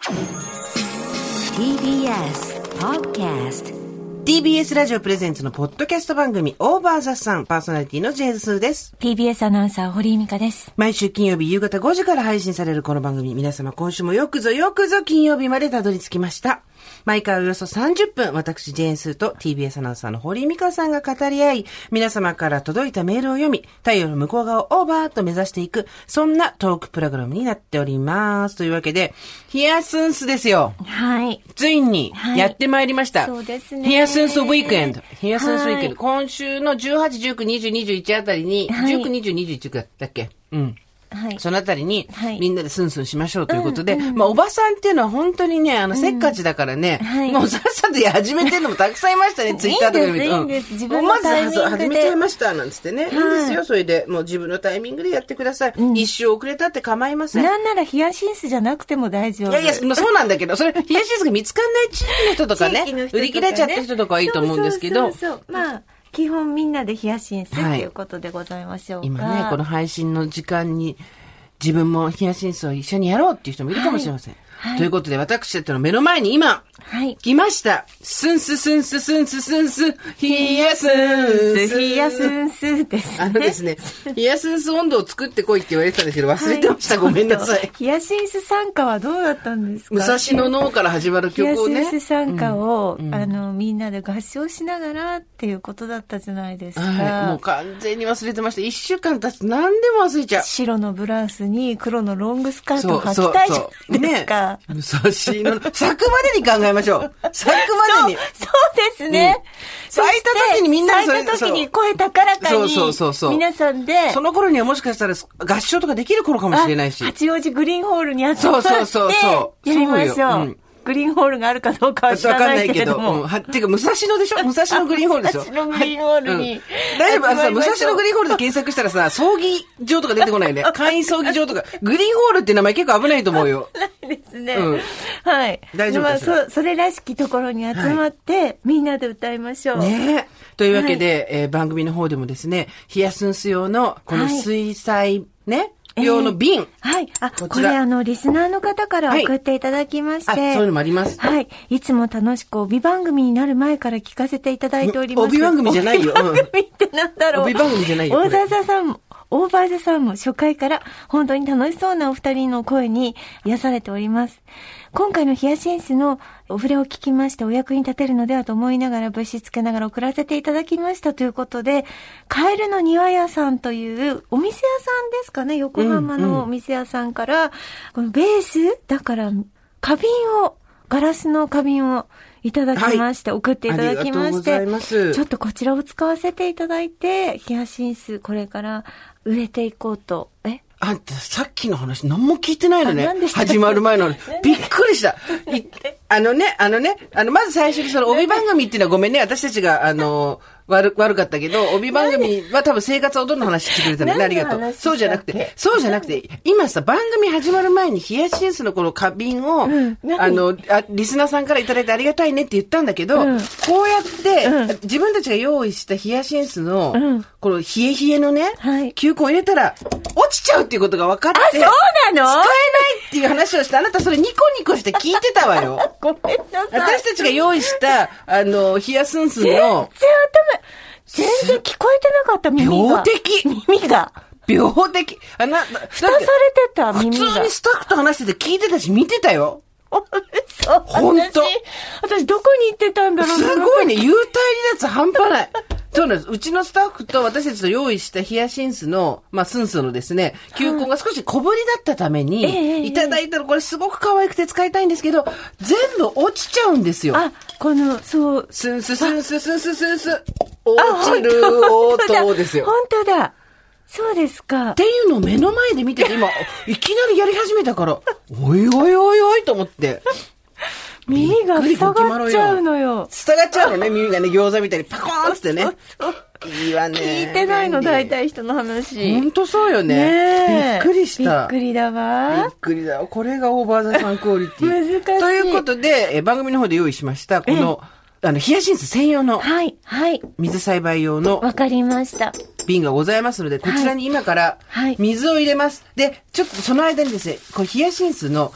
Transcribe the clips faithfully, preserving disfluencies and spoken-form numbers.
ティービーエス Podcast。 ティービーエス ラジオプレゼンツのポッドキャスト番組オーバーザさん、パーソナリティのジェーズスーです。 ティービーエス アナウンサー堀井美香です。 毎週金曜日夕方ごじから配信されるこの番組、皆様今週もよくぞよくぞ金曜日までたどり着きました。毎回およそさんじゅっぷん、私ジェーンスーと ティービーエス アナウンサーの堀井美香さんが語り合い、皆様から届いたメールを読み、太陽の向こう側をオーバーと目指していく、そんなトークプログラムになっております。というわけで、ヒヤスンスですよ。 はい。 ついにやってまいりました。 はい、そうですね。 ヒヤスンスウィークエンド。ヒヤスンスウィークエンド。今週のじゅうはち、じゅうく、にじゅう、にじゅういちあたりに、はい、じゅうく、にじゅう、にじゅういちだっけ？うん。はい、そのあたりに、はい、みんなでスンスンしましょうということで、うんうん、まあ、おばさんっていうのは本当にね、あの、せっかちだからね、うんはい、もうさっさと始めてるのもたくさんいましたね、ツイッターとか見ると。いいんです、いいんです。自分のタイミングで。まず始めちゃいました、なんつってね。はい、いいんですよ、それで。もう自分のタイミングでやってください。うん、一生遅れたって構いません。 なんならヒヤシンスじゃなくても大丈夫。 いやいや、そうなんだけど、それ、ヒヤシンスが見つかんない地域の人とかね、ね売り切れちゃった人とかはいいと思うんですけど。 そうそうそうそう。まあ、基本みんなでヒヤシンスっていうことでございましょうか。 はい、今ね、この配信の時間に、自分もヒヤシンスを一緒にやろうっていう人もいるかもしれません。はいはい、ということで、私たちの目の前に今、はい、来ました。スンススンススンススンス、ヒヤスンス。 ヒヤスンスですね。 あのですね、ヒヤスンス温度を作ってこいって言われてたんですけど、忘れてました。はい、ごめんなさい。 ヒヤシンス参加はどうだったんですか？ 武蔵野脳から始まる曲をね。 ヒヤシンス参加を、うん、あの、みんなで合唱しながらっていうことだったじゃないですか。 はい、もう完全に忘れてました。一週間経つと何でも忘れちゃう。 白のブラウスに黒のロングスカートを履きたいじゃないですか。 ね、武蔵野、咲くまでに考えましょう。咲くまでに。 そう、そうですね。うん、 咲いた時にみんなそれ咲いた時に声高らかに。 そうそうそう。 皆さんで。 その頃にはもしかしたら合唱とかできる頃かもしれないし。 八王子グリーンホールに集まって。 そうそうそうそう。 やりましょう。そうよ。うんグリーンホールがあるかどうかは知らないけれども。わかんないけど。 うん、ていうか、武蔵野でしょ武蔵野グリーンホールでしょ武蔵野グリーンホールに、 うん。大丈夫あのさ、武蔵野グリーンホールで検索したらさ、葬儀場とか出てこないよね。簡易葬儀場とか。グリーンホールって名前結構危ないと思うよ。 ないですね。うん、はい。 大丈夫ですか、 まあ、そ、それらしきところに集まって、はい、みんなで歌いましょう。 ねえ。というわけで、はいえー、番組の方でもですね、ヒヤスンス用の、この水彩ね、はい用の瓶、えー。 はい。あ、こ, これあの、リスナーの方から送っていただきまして。はい、 あ、そういうのもあります。 はい。いつも楽しく帯番組になる前から聞かせていただいております。 帯番組じゃないよ。 帯番組ってなんだろう。 帯番組じゃないよ。 大沢さんも、オーバーザさんも初回から本当に楽しそうなお二人の声に癒されております。今回のヒヤシンスのお触れを聞きましてお役に立てるのではと思いながら物資つけながら送らせていただきましたということで、カエルの庭屋さんというお店屋さんですかね、横浜のお店屋さんから、うんうん、このベースだから花瓶を、ガラスの花瓶をいただきまして、はい、送っていただきまして、ちょっとこちらを使わせていただいて、ヒヤシンスこれから売れていこうと。えあんた、さっきの話何も聞いてないのね。始まる前の話。びっくりした。あのね、あのね、あの、まず最初にその帯番組っていうのはごめんね、私たちが、あの、悪、悪かったけど、帯番組は多分生活をどんどん話してくれたのね、ありがとう。そうじゃなくて、そうじゃなくて、今さ、番組始まる前にヒヤシンスのこの花瓶を、うん、あのあ、リスナーさんからいただいてありがたいねって言ったんだけど、うん、こうやって、うん、自分たちが用意したヒヤシンスの、うん、この冷え冷えのね、はい、球根を入れたら、落ちちゃうっていうことが分かって、あ、 そうなの？ 使えないっていう話をして、あなたそれニコニコして聞いてたわよ。 ごめんなさい。 私たちが用意した、あの、ヒヤスンスの、 全然頭、全然聞こえてなかった耳が。 病的。 耳が。 病的。あな、 蓋されてた耳が。 普通にスタッフと話してて聞いてたし見てたよ。 そう。 ほんと。 私どこに行ってたんだろう。 すごいね。幽体離脱半端ない。そうなんです。うちのスタッフと私たちと用意したヒヤシンスの、まあ、スンスのですね、球根が少し小ぶりだったために、えー、いただいたらこれすごく可愛くて使いたいんですけど、全部落ちちゃうんですよ。 あ、この、そう。 スンススンススンススンス、落ちる音ですよ。 本当だ。そうですか。 っていうのを目の前で見てて、今、いきなりやり始めたから、おいおいおいおいと思って。 耳が塞がっちゃうのよ。 塞がっちゃうのね、耳がね、餃子みたいにパコーンってね。そうそうそういいわね。 聞いてないの、大体人の話。 ほんとそうよね。ねびっくりした。 びっくりだわ。 びっくりだわ。これがオーバーザさんクオリティ。 難しい。 ということで、え番組の方で用意しました、この、あの、ヒヤシンス専用の、 はい、はい。 水栽培用の、 わかりました。 瓶がございますので、こちらに今から、水を入れます。はいはい、で、ちょっとその間にですね、これヒヤシンスの、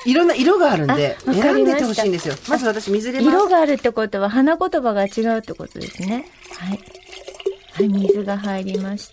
いろんな色があるんで、 あわかりました選んでてほしいんですよ。まず私水入れます。 色があるってことは花言葉が違うってことですね。はい。はい、水が入りました。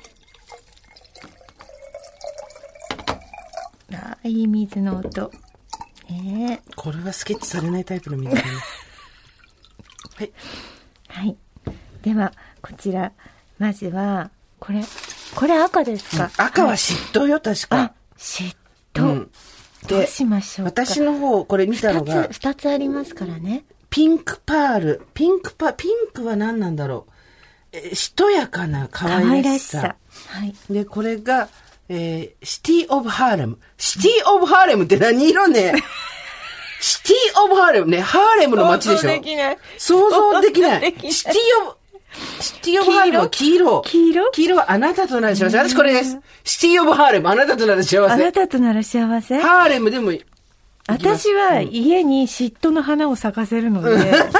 あー、いい水の音。ねえ。 これはスケッチされないタイプの水だね。はい。 はい。では、こちら、まずは、これ、これ赤ですか？ うん、赤は嫉妬よ、確か。 あ、嫉妬。うん、どうしましょうか。 私の方、これ見たのが。 二つ、二つありますからね。 ピンクパール。ピンクパ、ピンクは何なんだろう。え、しとやかな可愛らしさ。可愛らしさ。はい。で、これが、えー、シティ・オブ・ハーレム。シティ・オブ・ハーレムって何色ね。シティ・オブ・ハーレムね。ハーレムの街でしょ。想像できない。想像できない。シティ・オブ、シティ・オブ・ハーレムは黄色。黄色黄色はあなたとなる幸せ。私これです。シティ・オブ・ハーレム、あなたとなる幸せ。 あなたとなる幸せ。 ハーレムでもいい。 私は家に嫉妬の花を咲かせるので、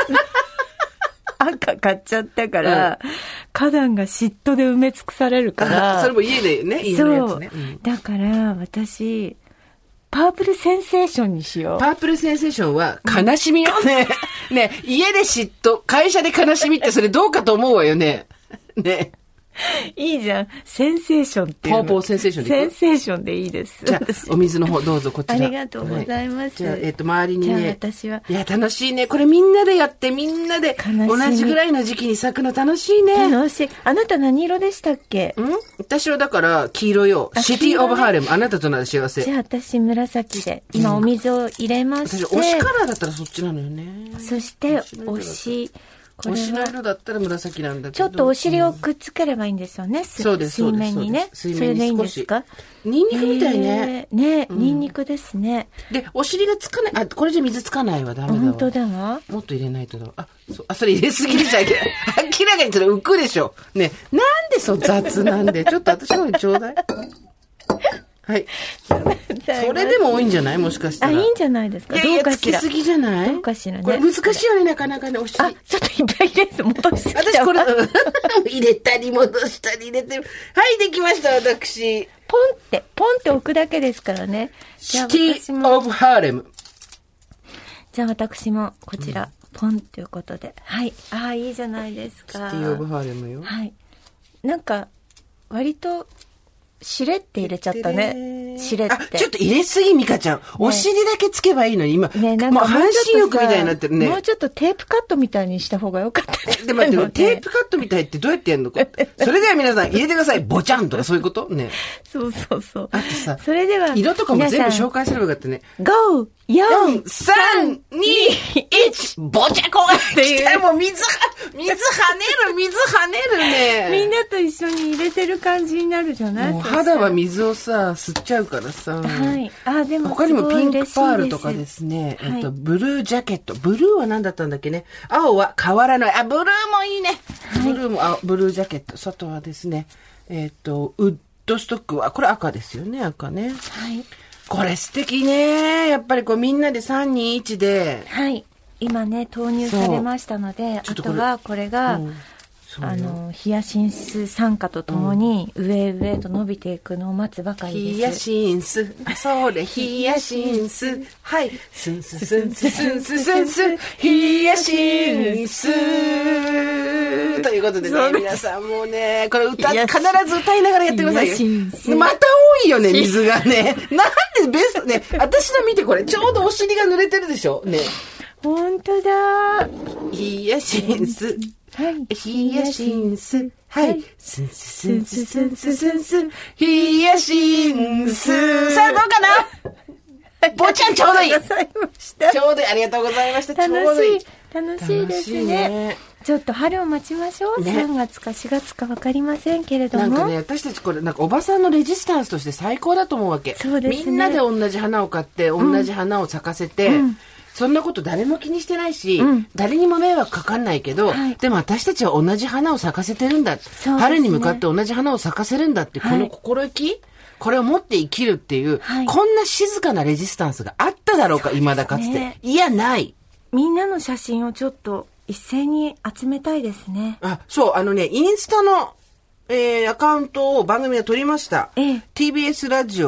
赤買っちゃったから、うん、花壇が嫉妬で埋め尽くされるから。 それも家でね、家のやつね。 そう。うん、だから私、パープルセンセーションにしよう。 パープルセンセーションは悲しみよね。ね、家で嫉妬、会社で悲しみってそれどうかと思うわよね。ね。 いいじゃん。センセーションっていうの。 ポーポーセンセーションでいい。 センセーションでいいです。 じゃあ、お水の方どうぞこちら。 ありがとうございます。 はい、じゃあ、えっ、ー、と、周りにね。 じゃあ私は。 いや、楽しいね。これみんなでやって、みんなで、同じぐらいの時期に咲くの楽しいね。 楽しい。あなた何色でしたっけ？ ん？私はだから、黄色よ。シティ・オブ・ハーレム。あなたとなる幸せ。 じゃあ、私、紫で。今、お水を入れまして。 私、推しカラーだったらそっちなのよね。 そして、推し。 推しの色だったら紫なんだけど。 ちょっとお尻をくっつければいいんですよね。うん、 そうです。 水面にね。 水面に少し。それでいいんですか？ニンニクみたいね。 ね、うん、ニンニクですね。 で、お尻がつかない。あ、これじゃ水つかないわ。ダメだわ。 本当だわ。 もっと入れないとだわ。あ、そ、あ、それ入れすぎちゃいけない。明らかにそれ浮くでしょ。ね、なんでそう雑なんで。ちょっと私の方にちょうだい。はい。それでも多いんじゃない？もしかしたら。 あ、いいんじゃないですか。どうかしら。 つきすぎじゃない？ どうかしらね。 これ難しいよね、なかなかね、お尻。 あ、ちょっといっぱい入れて、戻しすぎ私これ、入れたり戻したり入れてる。はい、できました、私。 ポンって、ポンって置くだけですからね。 シティ・オブ・ハーレム。 じゃあ私も、こちら、うん、ポンということで。はい。ああ、いいじゃないですか。 シティ・オブ・ハーレムよ。 はい。なんか、割と、しれって入れちゃったね。しれって。 あ、ちょっと入れすぎ、ミカちゃん。ね、お尻だけつけばいいのに、今。ね、なんかもう半身浴みたいになってるね。 もうちょっとテープカットみたいにした方がよかった。 で、待って、テープカットみたいってどうやってやるのか。それでは皆さん入れてください。ボチャンとかそういうことね。 そうそうそう。 あとさ、 それでは。 色とかも全部紹介すればよかったね。 ご、よん、 さん、に、いち、ボチャコっていう。もう水は、水跳ねる、水跳ねるね。 みんなと一緒に入れてる感じになるじゃない？ もう肌は水をさ、吸っちゃうからさ。 はい。あ、でも他にもピンクパールとかですね。えっと、ブルージャケット。ブルーは何だったんだっけね。青は変わらない。あ、ブルーもいいね。ブルーも、あ、ブルージャケット。外はですね、えっと、ウッドストックは、これ赤ですよね、赤ね。 はい。 これ素敵ね。やっぱりこうみんなでさんにいちで。 はい。今ね、投入されましたので、あとはこれが、うん、あの、ヒヤシンス参加とともに、上上へと伸びていくのを待つばかりです。 ヒヤシンス、それ、ヒヤシンス、はい、スンススンススンススンス、ヒヤシンス。ということでね、皆さんもね、これ歌、必ず歌いながらやってくださいよ。また多いよね、水がね。なんでベスト、ね、私の見てこれ、ちょうどお尻が濡れてるでしょね。 ほんとだ。 ヒヤシンス。はい。ヒヤシンス。はい。スンススンススンススンス。ヒヤシンス。さあ、どうかな？ぼちゃんちょうどいい。ちょうどいい。ありがとうございました。 楽しい。楽しいですね。ちょっと春を待ちましょう。さんがつかしがつかわかりませんけれども。 なんかね、私たちこれ、なんかおばさんのレジスタンスとして最高だと思うわけ。 そうですね。 みんなで同じ花を買って、同じ花を咲かせて、そんなこと誰も気にしてないし、うん、誰にも迷惑かかんないけど、はい、でも私たちは同じ花を咲かせてるんだ、ね、春に向かって同じ花を咲かせるんだっていう、この心意気、はい、これを持って生きるっていう、はい、こんな静かなレジスタンスがあっただろうか、未だかつて。いや、ない。 みんなの写真をちょっと一斉に集めたいですね。 あ、そう、あのね、インスタの、えー、アカウントを番組で撮りました。 ええ、 ティービーエス ラジオ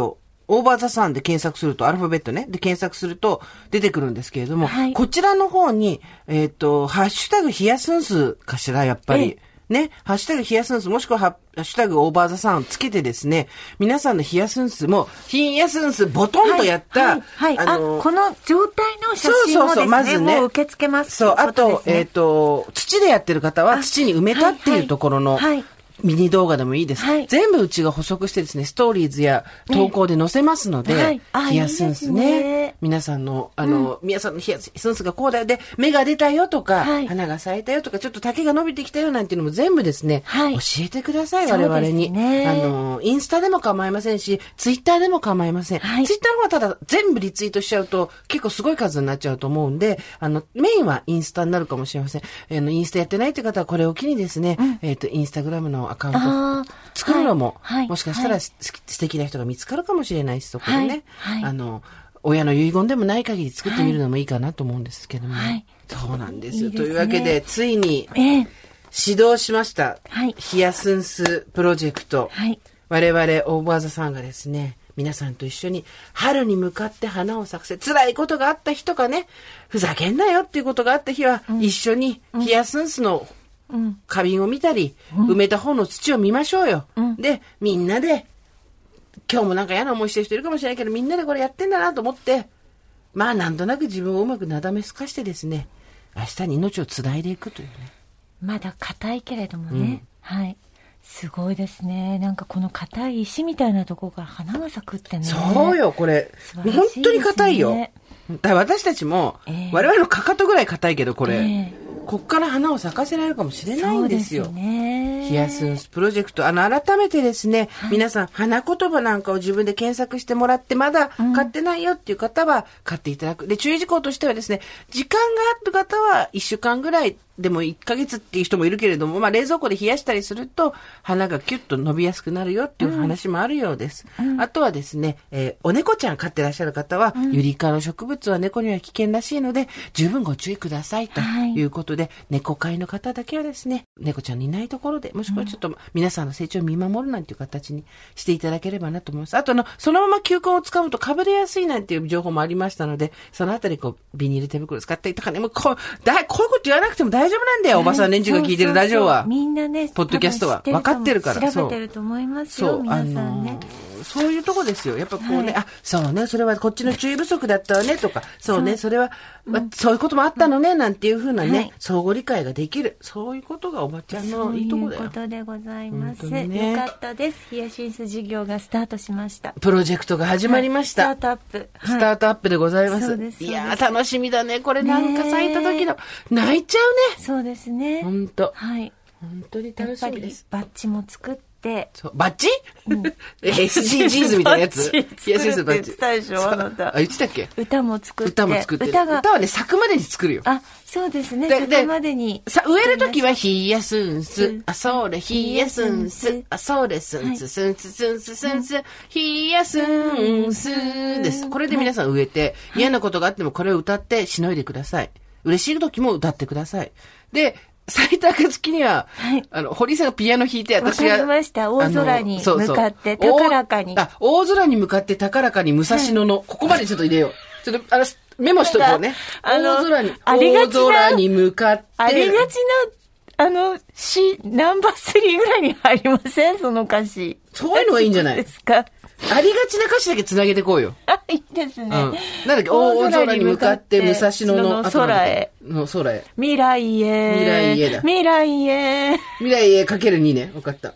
オーバーザサンで検索すると、アルファベットね、で検索すると出てくるんですけれども、はい、こちらの方に、えっと、ハッシュタグヒヤスンスかしら、やっぱり。ね、ハッシュタグヒヤスンスもしくはハッシュタグオーバーザさんをつけてですね、皆さんのヒヤスンスも、ヒヤスンスボトンとやった、 はいはいはい、あのー、あ、この状態の写真をですね、そうそうそう、まずね、もう受け付けます。 そう、あと、えっと、土でやってる方は土に埋めたっていうところの、はいはいはい、ミニ動画でもいいです、はい。全部うちが補足してですね、ストーリーズや投稿で載せますので、ね、はい、ヒヤスンスね。いいね、皆さんの、あの、うん、皆さんのヒヤスンスがこうだよで、芽が出たよとか、はい、花が咲いたよとか、ちょっと竹が伸びてきたよなんていうのも全部ですね、はい、教えてください、我々に、ね。あの、インスタでも構いませんし、ツイッターでも構いません。はい、ツイッターの方はただ全部リツイートしちゃうと、結構すごい数になっちゃうと思うんで、あの、メインはインスタになるかもしれません。あの、インスタやってないという方はこれを機にですね、うん、えっと、インスタグラムのアカウント、作るのも、はいはい、もしかしたら、はい、素敵な人が見つかるかもしれないし、そこでね、はいはい、あの、親の遺言でもない限り作ってみるのもいいかなと思うんですけども、はい、そうなんですよ。いいですね。というわけで、ついに、始動しました、はい、ヒヤスンスプロジェクト。はい、我々、オーバーザさんがですね、皆さんと一緒に春に向かって花を咲かせ、辛いことがあった日とかね、ふざけんなよっていうことがあった日は、うん、一緒にヒヤスンスの、うん、花瓶を見たり、うん、埋めた方の土を見ましょうよ、うん、でみんなで今日もなんか嫌な思いしてる人いるかもしれないけどみんなでこれやってんだなと思ってまあなんとなく自分をうまくなだめすかしてですね明日に命をつないでいくというねまだ硬いけれどもね、うん、はいすごいですねなんかこの硬い石みたいなところから花が咲くってねそうよこれ、ね、本当に硬いよだから私たちも、えー、我々のかかとぐらい硬いけどこれ、えーこっから花を咲かせられるかもしれないんですよ。そうですね。ヒヤスンスプロジェクト。あの、改めてですね、はい、皆さん、花言葉なんかを自分で検索してもらって、まだ買ってないよっていう方は買っていただく。で、注意事項としてはですね、時間がある方はいっしゅうかんぐらい、でもいっかげつっていう人もいるけれども、まあ冷蔵庫で冷やしたりすると、花がキュッと伸びやすくなるよっていう話もあるようです。うん、あとはですね、えー、お猫ちゃん飼ってらっしゃる方は、うん、ユリ科の植物は猫には危険らしいので、十分ご注意くださいということで、はい、猫飼いの方だけはですね、猫ちゃんのいないところで、もしくはちょっと皆さんの成長を見守るなんていう形にしていただければなと思います。あとあの、そのまま球根を使うとかぶれやすいなんていう情報もありましたので、そのあたりこう、ビニール手袋使ったりとかね、もうこう、だこういうこと言わなくても大丈夫なんだよ、おばさん連中が聞いてるラジオは。 そうそうそうみんなね、 ポッドキャストは分かってるから。 調べてると思いますよ、皆さんね。あのーそういうとこですよ。やっぱこうね、はい、あ、そうね、それはこっちの注意不足だったわねとか、そうね、そ, それは、うん、そういうこともあったのね、なんていうふうなね、はい、相互理解ができる。そういうことがおばちゃんのいいとこだよ。 そういうことでございます。ね、よかったです。ヒヤシンス事業がスタートしました。 プロジェクトが始まりました。 はい、スタートアップ、はい。 スタートアップでございます。そうですいやー、楽しみだね。これなんか咲いた時の、泣いちゃうね。 そうですね。 ほんと。 はい。 本当に楽しみです。 バッジも作って、 そうバッジ、うん、エスジージーズ みたいなやついや先生バッジ言ってたでしょあなたあ言ってたっけ歌も作って歌も作って歌が歌はね咲くまでに作るよあそうですね咲くまでにさ植えるときはヒヤスンスあそれヒヤスンスあそれスンススンススンススンスヒヤスンスですこれで皆さん植えて嫌なことがあってもこれを歌ってしのいでください嬉しい時も歌ってくださいで咲いた暁には、はい、あの、堀井さんがピアノ弾いて、私が。 わかりました。大空に向かって、高らかに。 あ、大空に向かって高らかに武蔵野の、はい、ここまでちょっと入れよう。ちょっと、あの、メモしとこうね。大空に、大空に向かって。 ありがちな、あの、詩、ナンバースリーぐらいに入りませんその歌詞。 そういうのがいいんじゃないですかありがちな歌詞だけつなげてこうよ。 あ、いいですね。うん、 なんだっけ、大空に向かって武蔵野の空へ。 の空へ。 未来へ。 未来へだ。 未来へ。 未来へかけるにね。わかった。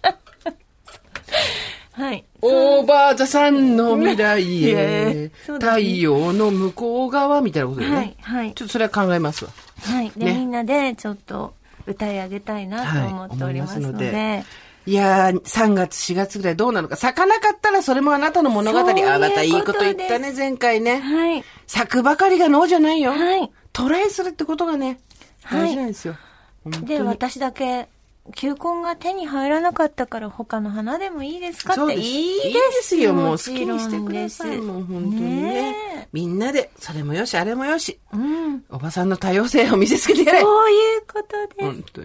はい。 オーバーザさんの未来へ。太陽の向こう側みたいなことだよね。はい。はい。ちょっとそれは考えますわ。 はい。で、ね、みんなでちょっと歌い上げたいなと思っておりますので。はいいやー、さんがつ、しがつぐらいどうなのか。咲かなかったらそれもあなたの物語。あなたいいこと言ったね、前回ね。はい。咲くばかりがノーじゃないよ。はい。トライするってことがね、大事なんですよ。 はい、で、私だけ、球根が手に入らなかったから他の花でもいいですかっていいです。いいですよ、 もう好きにしてください。もう本当にね。ねみんなで、それもよし、あれもよし。うん。おばさんの多様性を見せつけてやれ。 そういうことです。 本当に。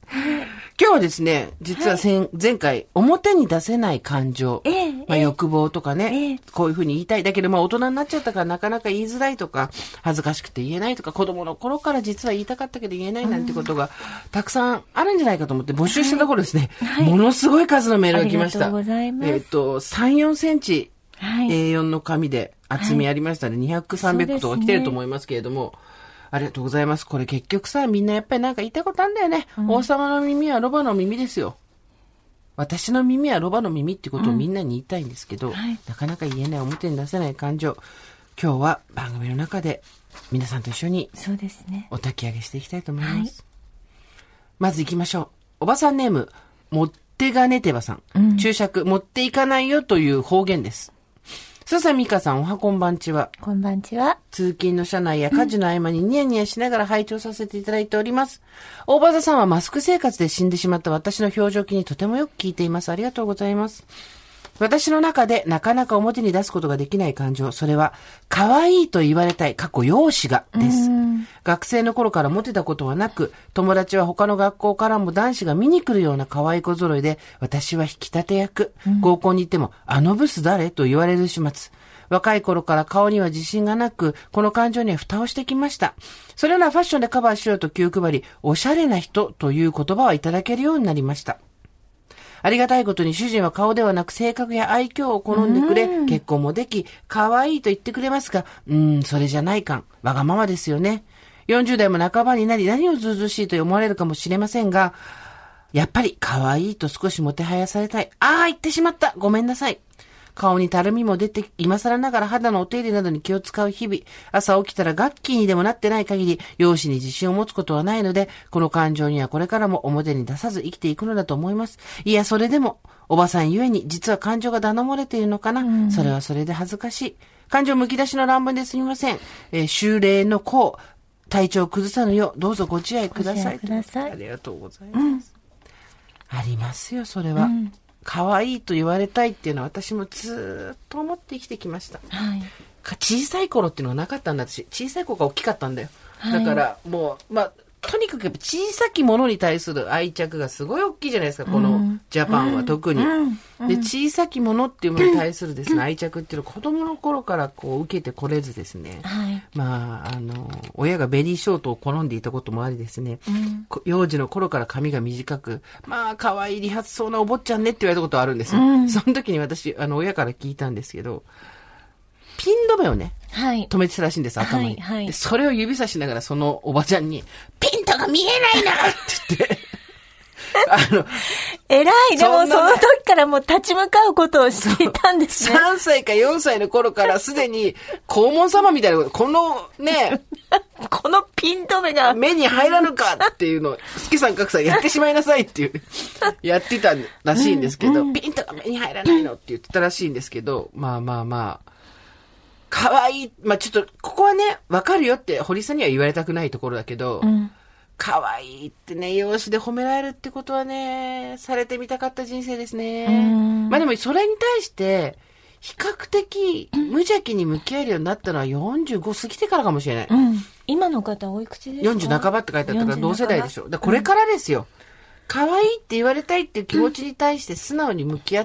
今日はですね、実は前、はい、前回、表に出せない感情、えー、まあ、欲望とかね、えー、こういうふうに言いたい。だけど、まあ、大人になっちゃったからなかなか言いづらいとか、恥ずかしくて言えないとか、子供の頃から実は言いたかったけど言えないなんてことが、たくさんあるんじゃないかと思って募集したところですね、はいはい、ものすごい数のメールが来ました。 ありがとうございます。 えっと、さん、よんセンチ、はい、エーよん の紙で厚みありましたね。はい、にひゃく、さんびゃくとか来てると思いますけれども、ありがとうございます。これ結局さ、みんなやっぱりなんか言いたいことあるんだよね。うん、王様の耳はロバの耳ですよ。私の耳はロバの耳ってことをみんなに言いたいんですけど、うんはい、なかなか言えない、表に出せない感情。今日は番組の中で皆さんと一緒にそうですね。 お焚き上げしていきたいと思います。はい、まず行きましょう。おばさんネーム、持ってがねてばさん。うん、注釈、持っていかないよという方言です。笹美香さん、おはこんばんちは。 こんばんちは。 通勤の車内や家事の合間にニヤニヤしながら拝聴させていただいております。大場さんはマスク生活で死んでしまった私の表情筋にとてもよく聞いています。ありがとうございます。私の中でなかなか表に出すことができない感情、それは可愛いと言われたい、過去容姿がです。学生の頃からモテたことはなく、友達は他の学校からも男子が見に来るような可愛い子揃いで、私は引き立て役。合コンに行っても、あのブス誰と言われる始末。若い頃から顔には自信がなく、この感情には蓋をしてきました。それらはファッションでカバーしようと気を配り、おしゃれな人という言葉をいただけるようになりました。ありがたいことに主人は顔ではなく性格や愛嬌を好んでくれ、結婚もでき、可愛いと言ってくれますが、うーん、それじゃないかん。わがままですよね。よんじゅう代も半ばになり何をずうずうしいと思われるかもしれませんが、やっぱり可愛いと少しもてはやされたい。ああ、言ってしまった。ごめんなさい。顔にたるみも出て、今更ながら肌のお手入れなどに気を使う日々。朝起きたらガッキーにでもなってない限り、容姿に自信を持つことはないので、この感情にはこれからも表に出さず生きていくのだと思います。いや、それでも、おばさんゆえに、実は感情がだだ漏れているのかな。うん、それはそれで恥ずかしい。感情むき出しの乱文ですみません。えー、修例の子、体調を崩さぬよう、どうぞご自愛ください。 ご自愛ください。 ありがとうございます。うん、ありますよ、それは。うん可愛いと言われたいっていうのは私もずっと思って生きてきました。はい、小さい頃っていうのがなかったんだ私。小さい頃が大きかったんだよ。はい、だからもう、まあ、とにかく小さきものに対する愛着がすごい大きいじゃないですか、このジャパンは特に。うんうん、で、小さきものっていうものに対するですね、愛着っていうのは子供の頃からこう受けてこれずですね。はい、まあ、あの、親がベリーショートを好んでいたこともありですね、うん、幼児の頃から髪が短く、まあ、可愛い理髪そうなお坊ちゃんねって言われたことあるんですよ。うん、その時に私、あの、親から聞いたんですけど、ピン止めをね、はい、止めてたらしいんです、頭に、はいはいで。それを指さしながらそのおばちゃんに、ピントが見えないなって言って、あの、 偉い。でもその時からもう立ち向かうことをしていたんですね。 さんさいかよんさいの頃からすでに黄門様みたいなこと、このね、 このピン止めが目に入らぬかっていうのを、好きさん格さんやってしまいなさいっていう、やってたらしいんですけど、うんうん、ピントが目に入らないのって言ってたらしいんですけど、まあまあまあ、可愛い。まあちょっと、ここはね、わかるよって、堀さんには言われたくないところだけど、うん、可愛いってね、容姿で褒められるってことはね、されてみたかった人生ですね。うん、まあでも、それに対して、比較的、無邪気に向き合えるようになったのはよんじゅうご過ぎてからかもしれない。うん、 今の方おいくつですか？ よんじゅう半ばって書いてあったから同世代でしょ。だからこれからですよ。可愛いって言われたいっていう気持ちに対して素直に向き合って、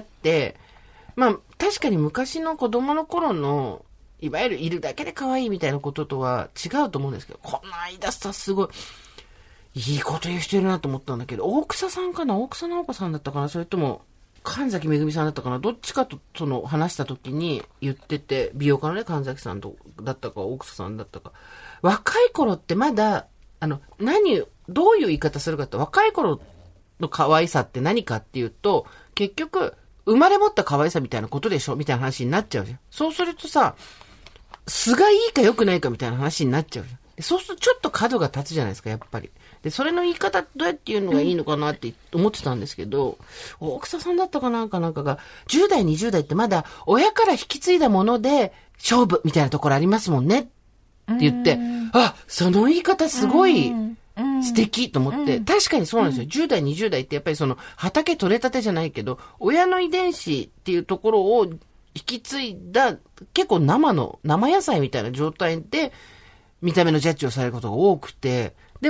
まあ、確かに昔の子供の頃の、いわゆるいるだけで可愛いみたいなこととは違うと思うんですけど、この間さ、すごい、いいこと言う人いるなと思ったんだけど、大草さんかな大草直子さんだったかなそれとも、神崎めぐみさんだったかなどっちかと、その、話した時に言ってて、美容家のね、神崎さんと、だったか、大草さんだったか。若い頃ってまだ、あの、何、どういう言い方するかって、若い頃の可愛さって何かっていうと、結局、生まれ持った可愛さみたいなことでしょみたいな話になっちゃうじゃん。そうするとさ、素がいいか良くないかみたいな話になっちゃうじゃん。でそうするとちょっと角が立つじゃないですか、やっぱり。で、それの言い方どうやって言うのがいいのかなって思ってたんですけど、大草さんだったかなんかなんかが、じゅう代、にじゅう代ってまだ親から引き継いだもので勝負みたいなところありますもんねって言って、あ、その言い方すごい素敵と思って、確かにそうなんですよ。じゅう代、にじゅう代ってやっぱりその畑取れたてじゃないけど、親の遺伝子っていうところを引き継いだ結構生の生野菜みたいな状態で見た目のジャッジをされることが多くて、でも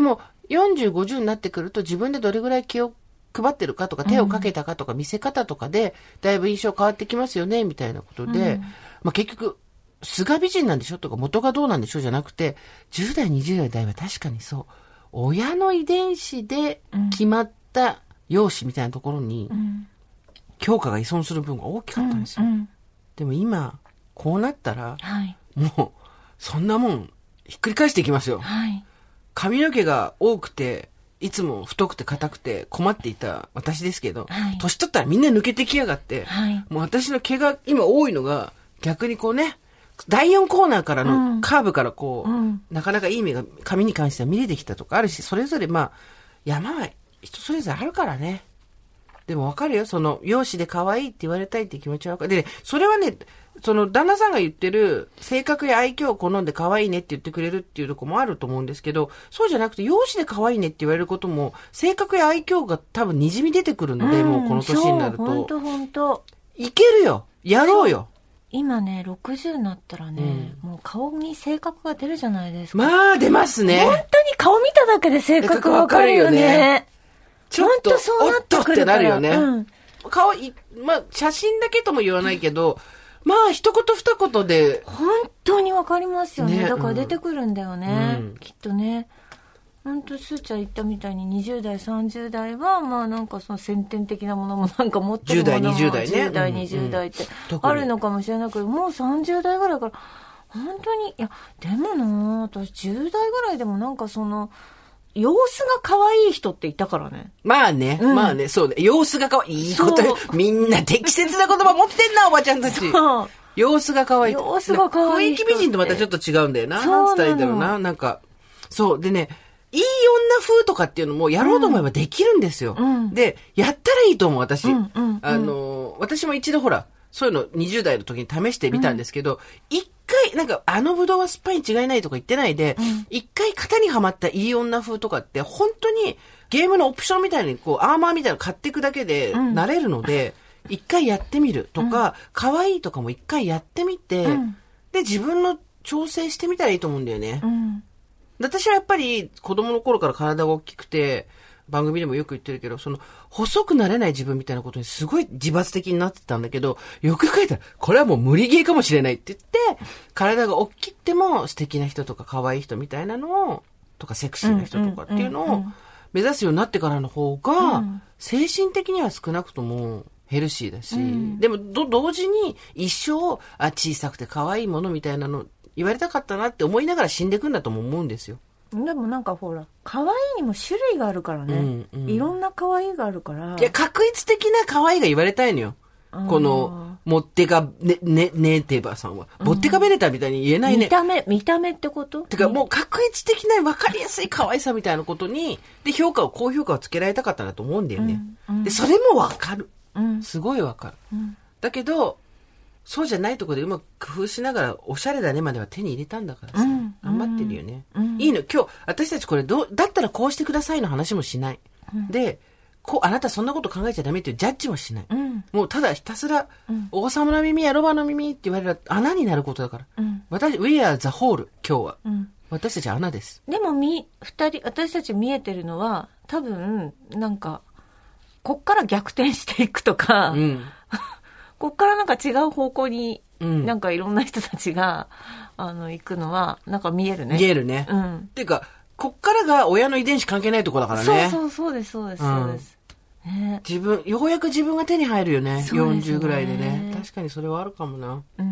よんじゅう、ごじゅうになってくると自分でどれぐらい気を配ってるかとか手をかけたかとか見せ方とかでだいぶ印象変わってきますよねみたいなことで、うん、まあ結局素が美人なんでしょとか元がどうなんでしょうじゃなくてじゅう代にじゅう代は確かにそう親の遺伝子で決まった容姿みたいなところに強化が依存する分が大きかったんですよ、うんうん、でも今こうなったら、はい、もうそんなもんひっくり返していきますよ、はい、髪の毛が多くていつも太くて硬くて困っていた私ですけど、はい、年取ったらみんな抜けてきやがって、はい、もう私の毛が今多いのが逆にこうねだいよんコーナーからのカーブからこう、うん、なかなかいい目が髪に関しては見れてきたとかあるし、それぞれまあ山は人それぞれあるからね。でもわかるよ、その容姿で可愛いって言われたいって気持ちはわかる。で、ね、それはね、その旦那さんが言ってる性格や愛嬌を好んで可愛いねって言ってくれるっていうところもあると思うんですけど、そうじゃなくて容姿で可愛いねって言われることも性格や愛嬌が多分滲み出てくるので、うん、もうこの年になると。本当本当。いけるよ。やろうよ。 今ね、ろくじゅうになったらね、うん、もう顔に性格が出るじゃないですか。 まあ出ますね。 本当に顔見ただけで性格わかるよね。 ちょっとそうなってくるから。おっとってなるよね。うん、顔い、まあ写真だけとも言わないけど、まあ一言二言で。 本当にわかりますよね。ね、だから出てくるんだよね。うん、きっとね。本当スーちゃん言ったみたいににじゅう代、さんじゅう代は、まあなんかその先天的なものもなんか持ってるものもじゅう代、にじゅう代ね。 じゅう代、にじゅう代ってあるのかもしれないけど、もうさんじゅう代ぐらいから、本当に、いや、でもな私じゅう代ぐらいでもなんかその、様子が可愛い人っていたからね。 まあね、うん、まあね、そうね。様子が可愛い。いいこと、みんな適切な言葉持ってんな、おばちゃんたち。そう様子が可愛い。 様子が可愛い。 雰囲気美人とまたちょっと違うんだよな。なん伝えたろうな。なんか、そう。でね、いい女風とかっていうのもやろうと思えばできるんですよ。うん、で、やったらいいと思う、私。うんうんうん、あの、私も一度ほら、そういうのにじゅう代の時に試してみたんですけど、一、うん、回、なんか、あのブドウは酸っぱいに違いないとか言ってないで、一、うん、回型にはまったいい女風とかって、本当にゲームのオプションみたいに、こう、アーマーみたいなの買っていくだけでなれるので、一、うん、回やってみるとか、うん、可愛いとかも一回やってみて、うん、で、自分の調整してみたらいいと思うんだよね。うん私はやっぱり子供の頃から体が大きくて、番組でもよく言ってるけど、その、細くなれない自分みたいなことにすごい自罰的になってたんだけど、よく書いたら、これはもう無理ゲーかもしれないって言って、体が大きくても素敵な人とか可愛い人みたいなのを、とかセクシーな人とかっていうのを目指すようになってからの方が、精神的には少なくともヘルシーだし、うん、でもど同時に一生、あ、小さくて可愛いものみたいなの、言われたかったなって思いながら死んでいくんだとも思うんですよ。 でもなんかほら可愛いにも種類があるからね、うんうん、いろんな可愛いがあるからいや確一的な可愛いが言われたいのよ。このモッテカネネネーテーバーさんはモッテカベネタみたいに言えないね。 見た目見た目ってこと？ てかもう確一的な分かりやすい可愛さみたいなことにで評価を高評価をつけられたかったなと思うんだよね。うんうん、でそれも分かる。うん、すごい分かる。うん、だけど。そうじゃないところでうまく工夫しながらおしゃれだねまでは手に入れたんだからさ、うん、頑張ってるよね、うん、いいの今日私たちこれどうだったらこうしてくださいの話もしない、うん、でこうあなたそんなこと考えちゃダメっていうジャッジもしない、うん、もうただひたすら、うん、王様の耳やロバの耳って言われる穴になることだから、うん、私 We are the whole 今日は、うん、私たち穴です。 でもみ二人私たち見えてるのは多分なんかこっから逆転していくとか、うんこっからなんか違う方向に、うん、なんかいろんな人たちが、あの、行くのは、なんか見えるね。 見えるね。うん。っていうか、こっからが親の遺伝子関係ないとこだからね。 そうそうそうです、そうです、そうです。 うんね、自分、ようやく自分が手に入るよね。ねよんじゅうぐらいでね。確かにそれはあるかもな。うん。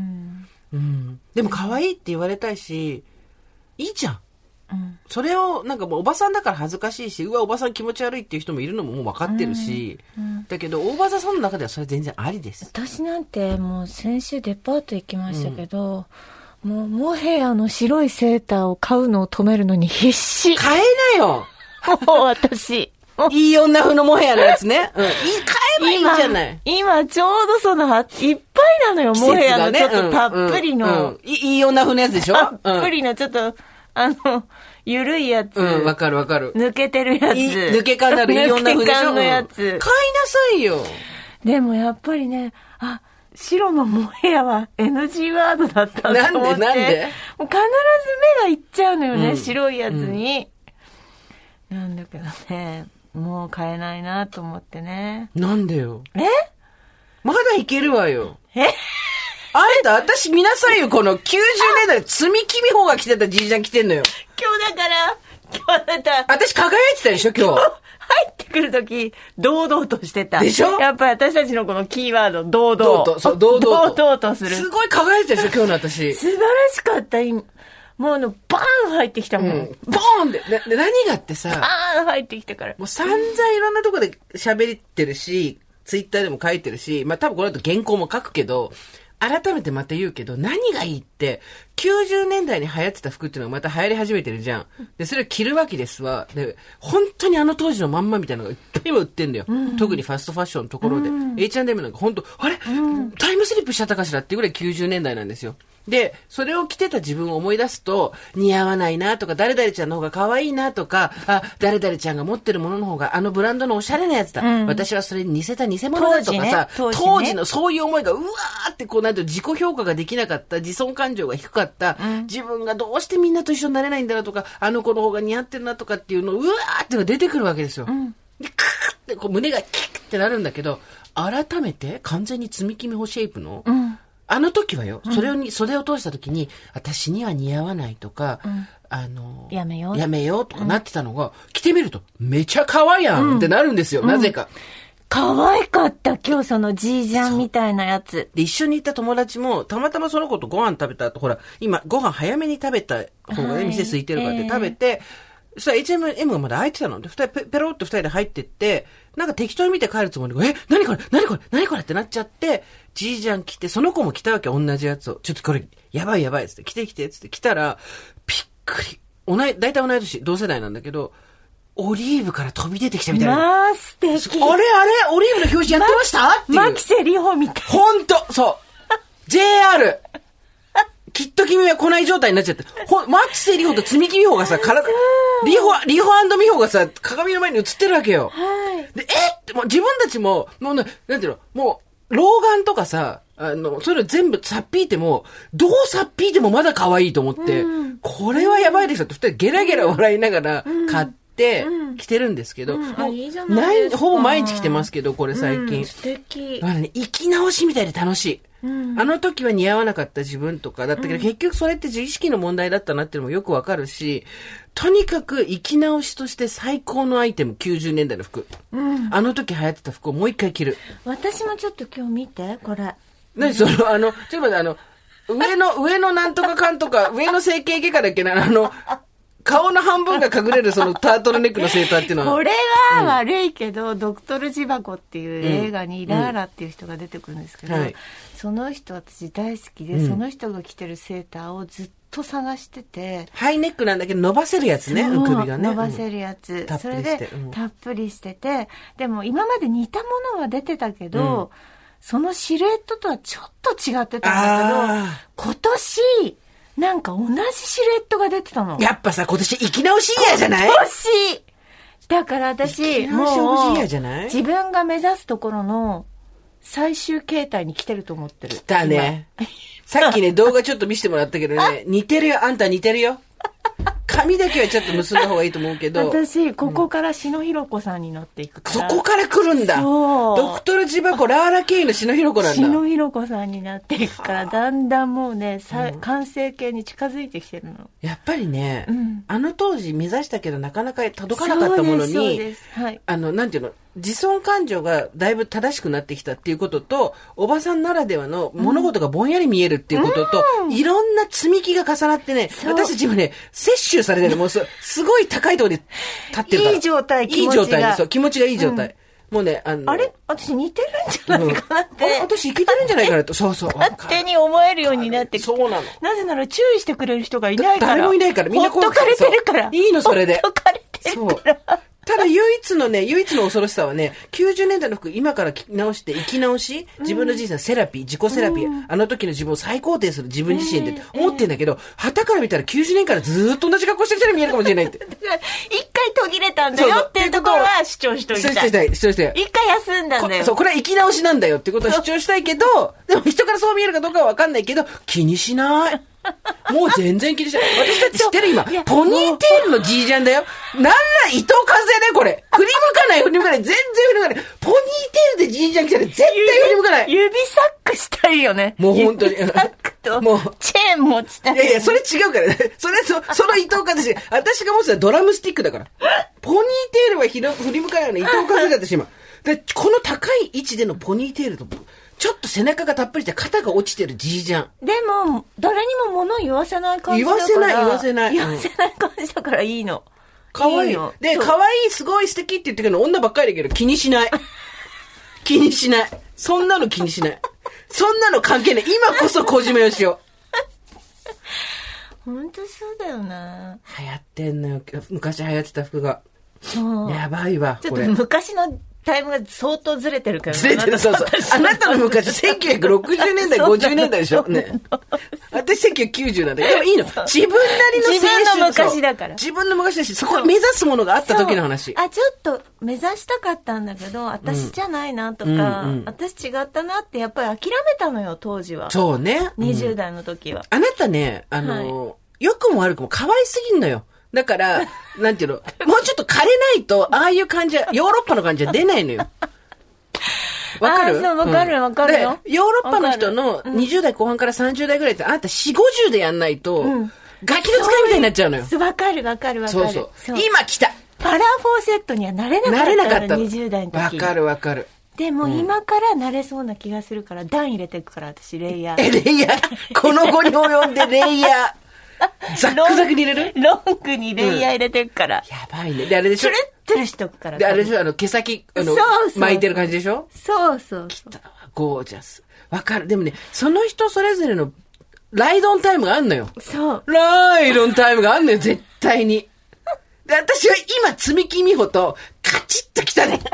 うん。でも可愛いって言われたいし、いいじゃん。うん、それをなんかもうおばさんだから恥ずかしいしうわおばさん気持ち悪いっていう人もいるのももう分かってるし、うんうん、だけど大場さんの中ではそれ全然ありです。 私なんてもう先週デパート行きましたけど、うん、もうモヘアの白いセーターを買うのを止めるのに必死。 買えなよもう私いい女風のモヘアのやつね、うん、いい買えばいいんじゃない。 今, 今ちょうどそのいっぱいなのよ、ね、モヘアのちょっとたっぷりの、うんうんうん、 いい女風のやつでしょ。 たっぷりのちょっとあの、ゆるいやつ。 うん、わかるわかる。 抜けてるやつ。 抜け感のあるいい女風でしょ。抜け感のやつ、うん。買いなさいよ。 でもやっぱりね、あ、白のモヘアは エヌジー ワードだったと思って。なんでなんでもう必ず目がいっちゃうのよね、うん、白いやつに。 なんだけどね、もう買えないなと思ってね。 なんでよ。 えまだいけるわよ。 えあんた、私見なさいよ、このきゅうじゅうねんだいで積み木美穂が着てたじいちゃん着てんのよ。 今日だから、今日だった。 私輝いてたでしょ、今日。 入ってくるとき、堂々としてた。 でしょ？ やっぱり私たちのこのキーワード、堂々。 堂々、そう、堂々と。 堂々とする。 すごい輝いてたでしょ、今日の私。 素晴らしかった、今。もうあの、バーン入ってきたもん。うん、 ボーンで、で、何がってさ、 バーン入ってきてから。 もう散々いろんなとこで喋ってるし、ツイッターでも書いてるし、まあ多分この後原稿も書くけど、改めてまた言うけど、何がいいって、きゅうじゅうねんだいに流行ってた服っていうのがまた流行り始めてるじゃん。で、それを着るわけですわ。で、本当にあの当時のまんまみたいなのがいっぱい今売ってんだよ。うん、特にファストファッションのところで。うん、エイチアンドエム なんか本当、あれ、うん、タイムスリップしちゃったかしらっていうぐらいきゅうじゅうねんだいなんですよ。で、それを着てた自分を思い出すと、似合わないなとか、誰々ちゃんの方が可愛いなとか、あ、誰々ちゃんが持ってるものの方が、あのブランドのおしゃれなやつだ。うん、私はそれに似せた偽物だとかさ、当時ね、当時ね、当時のそういう思いが、うわーってこうなんて自己評価ができなかった、自尊感情が低かった、うん、自分がどうしてみんなと一緒になれないんだろうとか、あの子の方が似合ってるなとかっていうの、うわーってのが出てくるわけですよ。うん、で、クーってこう胸がキッってなるんだけど、改めて完全に積み木美穂シェイプの、うんあの時はよ、それをに、袖を通した時に、私には似合わないとか、うん、あの、 やめよう。 やめようとかなってたのが、うん、着てみると、めちゃ可愛いやんってなるんですよ、うん、なぜか。 可愛かった、今日そのジージャンみたいなやつ。 で、一緒に行った友達も、たまたまその子とご飯食べた後、ほら、今、ご飯早めに食べた方がね、はい、店空いてるからって食べて、そしたら エイチアンドエム がまだ空いてたので、二人ペ、ペロって二人で入ってって、なんか適当に見て帰るつもりが、え、何これ何これ何これってなっちゃって、ジージャン着て、その子も着たわけ、同じやつを。ちょっとこれ、やばいやばいっつって、着て着てっつって着たら、びっくり。同い、大体同い年、同世代なんだけど、オリーブから飛び出てきたみたいな。 まあ、素敵。 あれあれオリーブの表紙やってましたっていう。 牧瀬里穂みたい。 ほんとそう。ジェイアール。きっと君は来ない状態になっちゃって。ほ、牧瀬里穂と積み木美穂がさ、体、リホ、リホ&美穂がさ、鏡の前に映ってるわけよ。はい。で、えって、もう自分たちも、もうな、なんていうの、もう、老眼とかさ、あの、そういうの全部さっぴいても、どうさっぴいてもまだ可愛いと思って、うん、これはやばいでしょって二人ゲラゲラ笑いながら買って、着てるんですけど、うんうん、もういいじゃないですか。ほぼ毎日着てますけど、これ最近。うん、素敵。 あのね、生き直しみたいで楽しい。うん、あの時は似合わなかった自分とかだったけど、うん、結局それって自意識の問題だったなっていうのもよくわかるし、とにかく生き直しとして最高のアイテム、きゅうじゅうねんだいの服。うん、あの時流行ってた服をもう一回着る。 私もちょっと今日見て、これ。 何その、あの、ちょっと待って、あの、上の、上のなんとかかんとか、上の整形外科だっけな、あの、顔の半分が隠れるそのタートルネックのセーターっていうのは。 これは悪いけど、うん、ドクトルジバコっていう映画にラーラっていう人が出てくるんですけど、うんはい、その人私大好きで、うん、その人が着てるセーターをずっと探してて。 ハイネックなんだけど伸ばせるやつね、首がね。 伸ばせるやつ。うん、それで、うん、たっぷりしてて、でも今まで似たものは出てたけど、うん、そのシルエットとはちょっと違ってたんだけど、今年、なんか同じシルエットが出てたの。 やっぱさ、今年生き直しイヤーじゃない？ 今年だから私、もう、自分が目指すところの最終形態に来てると思ってる。 来たね。さっきね、動画ちょっと見せてもらったけどね、似てるよ、あんた似てるよ。髪だけはちょっと結んだ方がいいと思うけど。 私、ここから篠弘子さんになっていくから。 そこから来るんだ。そう。ドクトルジバコ、ラーラ・ケイの篠弘子なんだ。 篠弘子さんになっていくから、だんだんもうね、さうん、完成形に近づいてきてるの。 やっぱりね、うん、あの当時目指したけどなかなか届かなかったものに、そうです、そうです。はい。あの、なんていうの、自尊感情がだいぶ正しくなってきたっていうことと、おばさんならではの物事がぼんやり見えるっていうことと、うん、いろんな積み木が重なってね、私たちもね、摂取されてる。もうす、すごい高いところで立ってるから。 いい状態、気持ちが。 いい状態、そう、気持ちがいい状態。うん、もうね、あの。 あれ私似てるんじゃないかなって。 うん、私いけてるんじゃないかなと。そうそう。 勝手に思えるようになってきて。 そうなの。 なぜなら注意してくれる人がいないから。 誰もいないから。みんなほっとかれてるから。 いいの、それで。 ほっとかれてるから。そうただ唯一のね、唯一の恐ろしさはね、きゅうじゅうねんだいの服今から着直して生き直し、自分の人生のセラピー、自己セラピー、うん、あの時の自分を再肯定する自分自身でって思ってんだけど、旗から見たらきゅうじゅうねんからずーっと同じ格好してる人に見えるかもしれないって。 だから一回回途切れたんだよっていうところは主張しといた。 主張したい、主張したい。 一回休んだんだよ。 そう、これは生き直しなんだよってことは主張したいけど、でも人からそう見えるかどうかはわかんないけど、気にしない。もう全然気にしない。私たち知ってる今、ポニーテールのじいちゃんだよ。なんら伊藤風ね、これ。振り向かない、振り向かない。全然振り向かない。ポニーテールでじいちゃん来たら絶対振り向かない。 指サックしたいよね。 もう本当に。 指サックと、もう、チェーン持ちたい。 いやいや、それ違うからね。それ、そ、その伊藤風し、私が持つのはドラムスティックだから。ポニーテールはひろ振り向かないの伊藤風だってしまう。で、この高い位置でのポニーテールと、ちょっと背中がたっぷりして肩が落ちてるじいじゃん。 でも、誰にも物を言わせない感じだから。 言わせない、言わせない。 言わせない感じだからいいの。 かわいい。いいで、かわいい、すごい素敵って言ってるけど、女ばっかりだけど気にしない。気にしない。そんなの気にしない。そんなの関係ない。今こそ小島よしお。 ほんとそうだよな。 流行ってんのよ。昔流行ってた服が。 そう。 やばいわ。 ちょっと昔のタイムが相当ずれてるからね。 ずれてる、そうそう。あなたの昔、せんきゅうひゃくろくじゅうねんだい、ごじゅうねんだいでしょね。私せんきゅうひゃくきゅうじゅうなんだけど、でもいいの。自分なりの青春。 自分の昔だから。 自分の昔だし、そこを目指すものがあった時の話。 あ、ちょっと目指したかったんだけど、私じゃないなとか、うんうんうん、私違ったなってやっぱり諦めたのよ、当時は。 そうね。 にじゅう代の時は。 あなたね、あの、はい、良くも悪くも可愛すぎんのよ。だから、なんていうの、もうちょっと枯れないと、ああいう感じは、ヨーロッパの感じは出ないのよ。わかる？ あ、そう、わかる、わかるよ。 ヨーロッパの人のにじゅう代後半からさんじゅう代ぐらいって、あなたよんじゅう、ごじゅうでやんないと、うん、ガキの使いみたいになっちゃうのよ。 わかる、わかる、わかる。 そうそう。そう今来たパラフォーセットにはなれなかった。なれなかった。にじゅう代の時。 わかる、わかる。 でも今からなれそうな気がするから、段入れていくから、私、レイヤー。 え、レイヤーこの後に及んでレイヤー。ザックザクに入れる？ ロングにレイヤー入れていくから。 うん、やばいね。で、あれでしょ？ トゥルットゥルしとくから。 で、あれでしょ？あの、毛先、あの、そうそう巻いてる感じでしょ？ そうそう。 きたわ。ゴージャス。わかる。でもね、その人それぞれの、ライドンタイムがあんのよ。 そう。 ライドンタイムがあんのよ、絶対に。で、私は今、積み木美穂と、カチッときたね。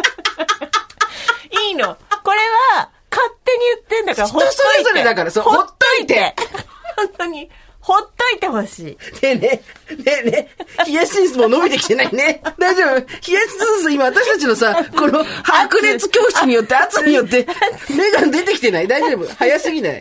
いいの。これは、勝手に言ってんだから、ほっといて。 人それぞれだから、そう、ほっといて。 本当に。ほっといてほしい。ねえね、ねえね、冷やしスースも伸びてきてないね。大丈夫？冷やしスース今私たちのさ、この白熱教室によって圧によって、目が出てきてない？大丈夫？早すぎない？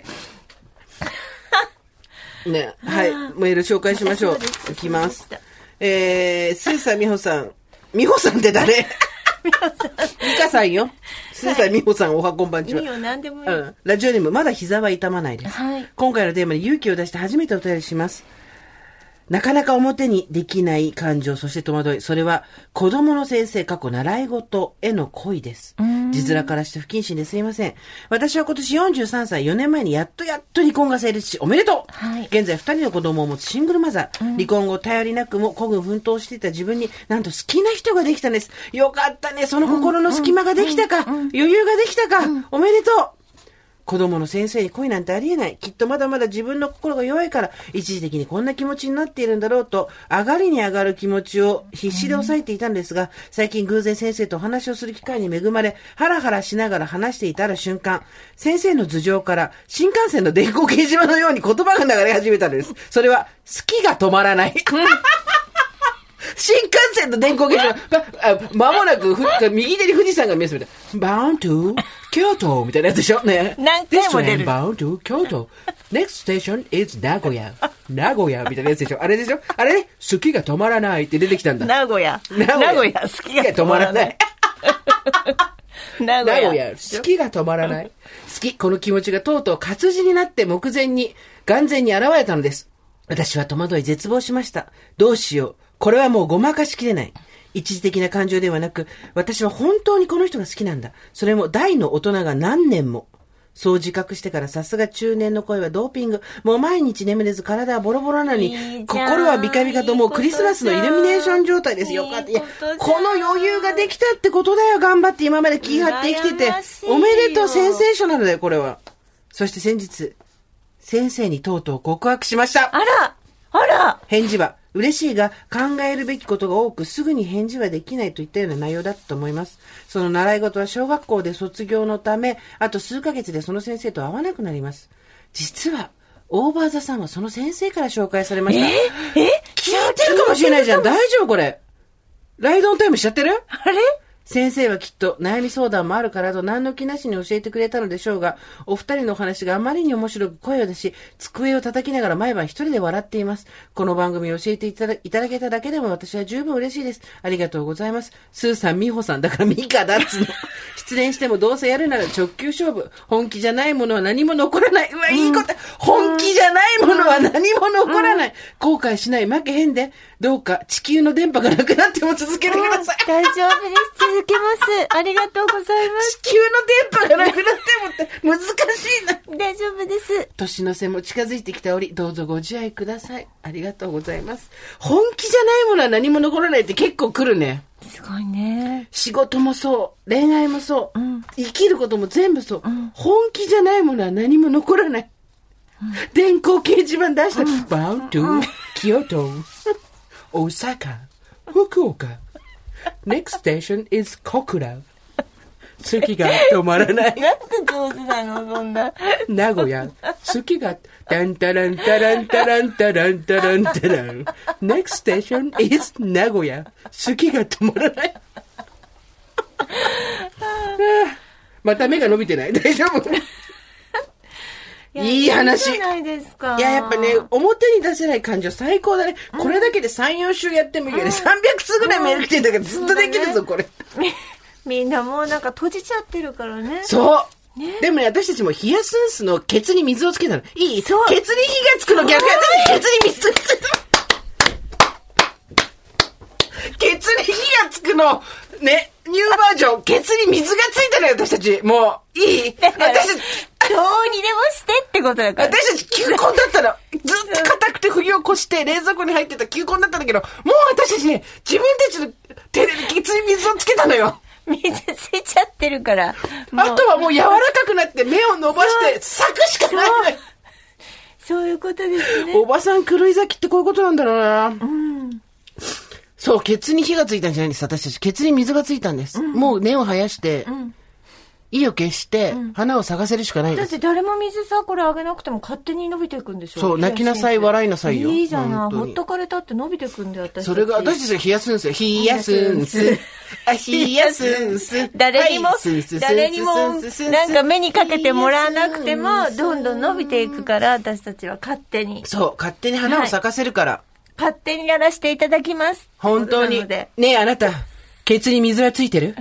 ね、はい。メール紹介しましょう。いきます。えー、スーサー美穂さん。美穂さんって誰？美穂さん。美香さんよ。スーサー美穂さん、おはこんばんちは。 いいよ、なんでもいい。 うん。ラジオネーム、まだ膝は痛まないです。 はい。 今回のテーマに勇気を出して初めてお便りします。なかなか表にできない感情、そして戸惑い。それは、子供の先生、過去習い事への恋です。字面からして不謹慎ですいません。私は今年よんじゅうさんさい、よねんまえにやっとやっと離婚が成立し、おめでとう、はい、現在ふたりの子供を持つシングルマザー。うん、離婚後、頼りなくも孤軍奮闘していた自分に、なんと好きな人ができたんです。よかったね。その心の隙間ができたか。うんうん、余裕ができたか。うん、おめでとう。子供の先生に恋なんてありえない。きっとまだまだ自分の心が弱いから、一時的にこんな気持ちになっているんだろうと、上がりに上がる気持ちを必死で抑えていたんですが、最近偶然先生とお話をする機会に恵まれ、ハラハラしながら話していたら瞬間、先生の頭上から新幹線の電光掲示板のように言葉が流れ始めたんです。それは、好きが止まらない。新幹線の電光掲示板、まもなく右手に富士山が見えるみたいな。Bound to 京都みたいなやつでしょね。 何回も出る。 Bound to 京都。Next station is 名古屋。名古屋みたいなやつでしょあれでしょあれね、好きが止まらないって出てきたんだ。 名古屋。名古屋。好きが止まらない。名古屋。 好きが止まらない。好き。この気持ちがとうとう活字になって目前に、眼前に現れたのです。私は戸惑い絶望しました。どうしよう。これはもうごまかしきれない。一時的な感情ではなく、私は本当にこの人が好きなんだ。それも大の大人が何年も。そう自覚してからさすが中年の恋はドーピング。もう毎日眠れず体はボロボロなのに、いい心はビカビカともうクリスマスのイルミネーション状態です。よかった。いや、この余裕ができたってことだよ。頑張って今まで気張って生きてて。おめでとう、センセーショナルだよ、これは。そして先日、先生にとうとう告白しました。 あらあら返事は、嬉しいが考えるべきことが多くすぐに返事はできないといったような内容だったと思います。その習い事は小学校で卒業のため、あと数ヶ月でその先生と会わなくなります。実は、オーバーザさんはその先生から紹介されました。 ええ聞いてるかもしれないじゃん。大丈夫これ。 ライドオンタイムしちゃってる？ あれ？ 先生はきっと悩み相談もあるからと何の気なしに教えてくれたのでしょうが、お二人のお話があまりに面白く声を出し、机を叩きながら毎晩一人で笑っています。この番組を教えていただ、いただけただけでも私は十分嬉しいです。ありがとうございます。スーさん、ミホさんだからミカだっつの。失恋してもどうせやるなら直球勝負。本気じゃないものは何も残らない。うわ、いいこと。うん、本気じゃないものは何も残らない。うん、後悔しない、負けへんで。どうか地球の電波がなくなっても続けてください。 大丈夫です。続けます。ありがとうございます。 地球の電波がなくなってもって難しいな。 大丈夫です。 年の瀬も近づいてきた折、どうぞご自愛ください。ありがとうございます。本気じゃないものは何も残らないって結構来るね。 すごいね。 仕事もそう、恋愛もそう、うん、生きることも全部そう、うん、本気じゃないものは何も残らない。うん、電光掲示板出した、うん、バウト、うん、京都、大阪、福岡。Next station is 小倉。月が止まらない。 なんて上手なの、そんな。 名古屋、月が、タンタランタランタランタランタランタラン。Next station is 名古屋。月が止まらない。また目が伸びてない？大丈夫？いい話。 いいじゃないですか。 いや、やっぱね、表に出せない感情最高だね。うん、これだけでさん、よん週やってもいいよね。うん、さんびゃくつぐらいメール来てんだからずっとできるぞ、これ。 みんなもうなんか閉じちゃってるからね。 そう。ね、でもね、私たちもヒヤスンスのケツに水をつけたの。いい？そう。ケツに火がつくの逆やったらケツに水がついた。ケツに火がつくの、ね、ニューバージョン、ケツに水がついたのよ、私たち。もう、いい？私たち、 どうにでもしてってことだから。 私たち球根だったの。ずっと硬くて冬を越して冷蔵庫に入ってた球根だったんだけど、もう私たちね、自分たちの手でケツに水をつけたのよ。 水ついちゃってるから。 あとはもう柔らかくなって目を伸ばして咲くしかないのよ。 そういうことですね。 おばさん狂い咲きってこういうことなんだろうな。うん。そう、ケツに火がついたんじゃないんです、私たち。ケツに水がついたんです。うん、もう根を生やして、うん、意を決して、うん、花を咲かせるしかないんです。 だって誰も水さ、これあげなくても勝手に伸びていくんでしょ。 そう、泣きなさい、笑いなさいよ。 いいじゃない。ほっとかれたって伸びていくんだよ、私たち。 それが、私たちが冷やすんですよ。冷やすんす。あ、冷やすんす。 誰にも、誰にも、なんか目にかけてもらわなくても、どんどん伸びていくから、私たちは勝手に。 そう、勝手に花を咲かせるから。はい、 勝手にやらせていただきます。 本当に。ねえ、あなた、ケツに水はついてる？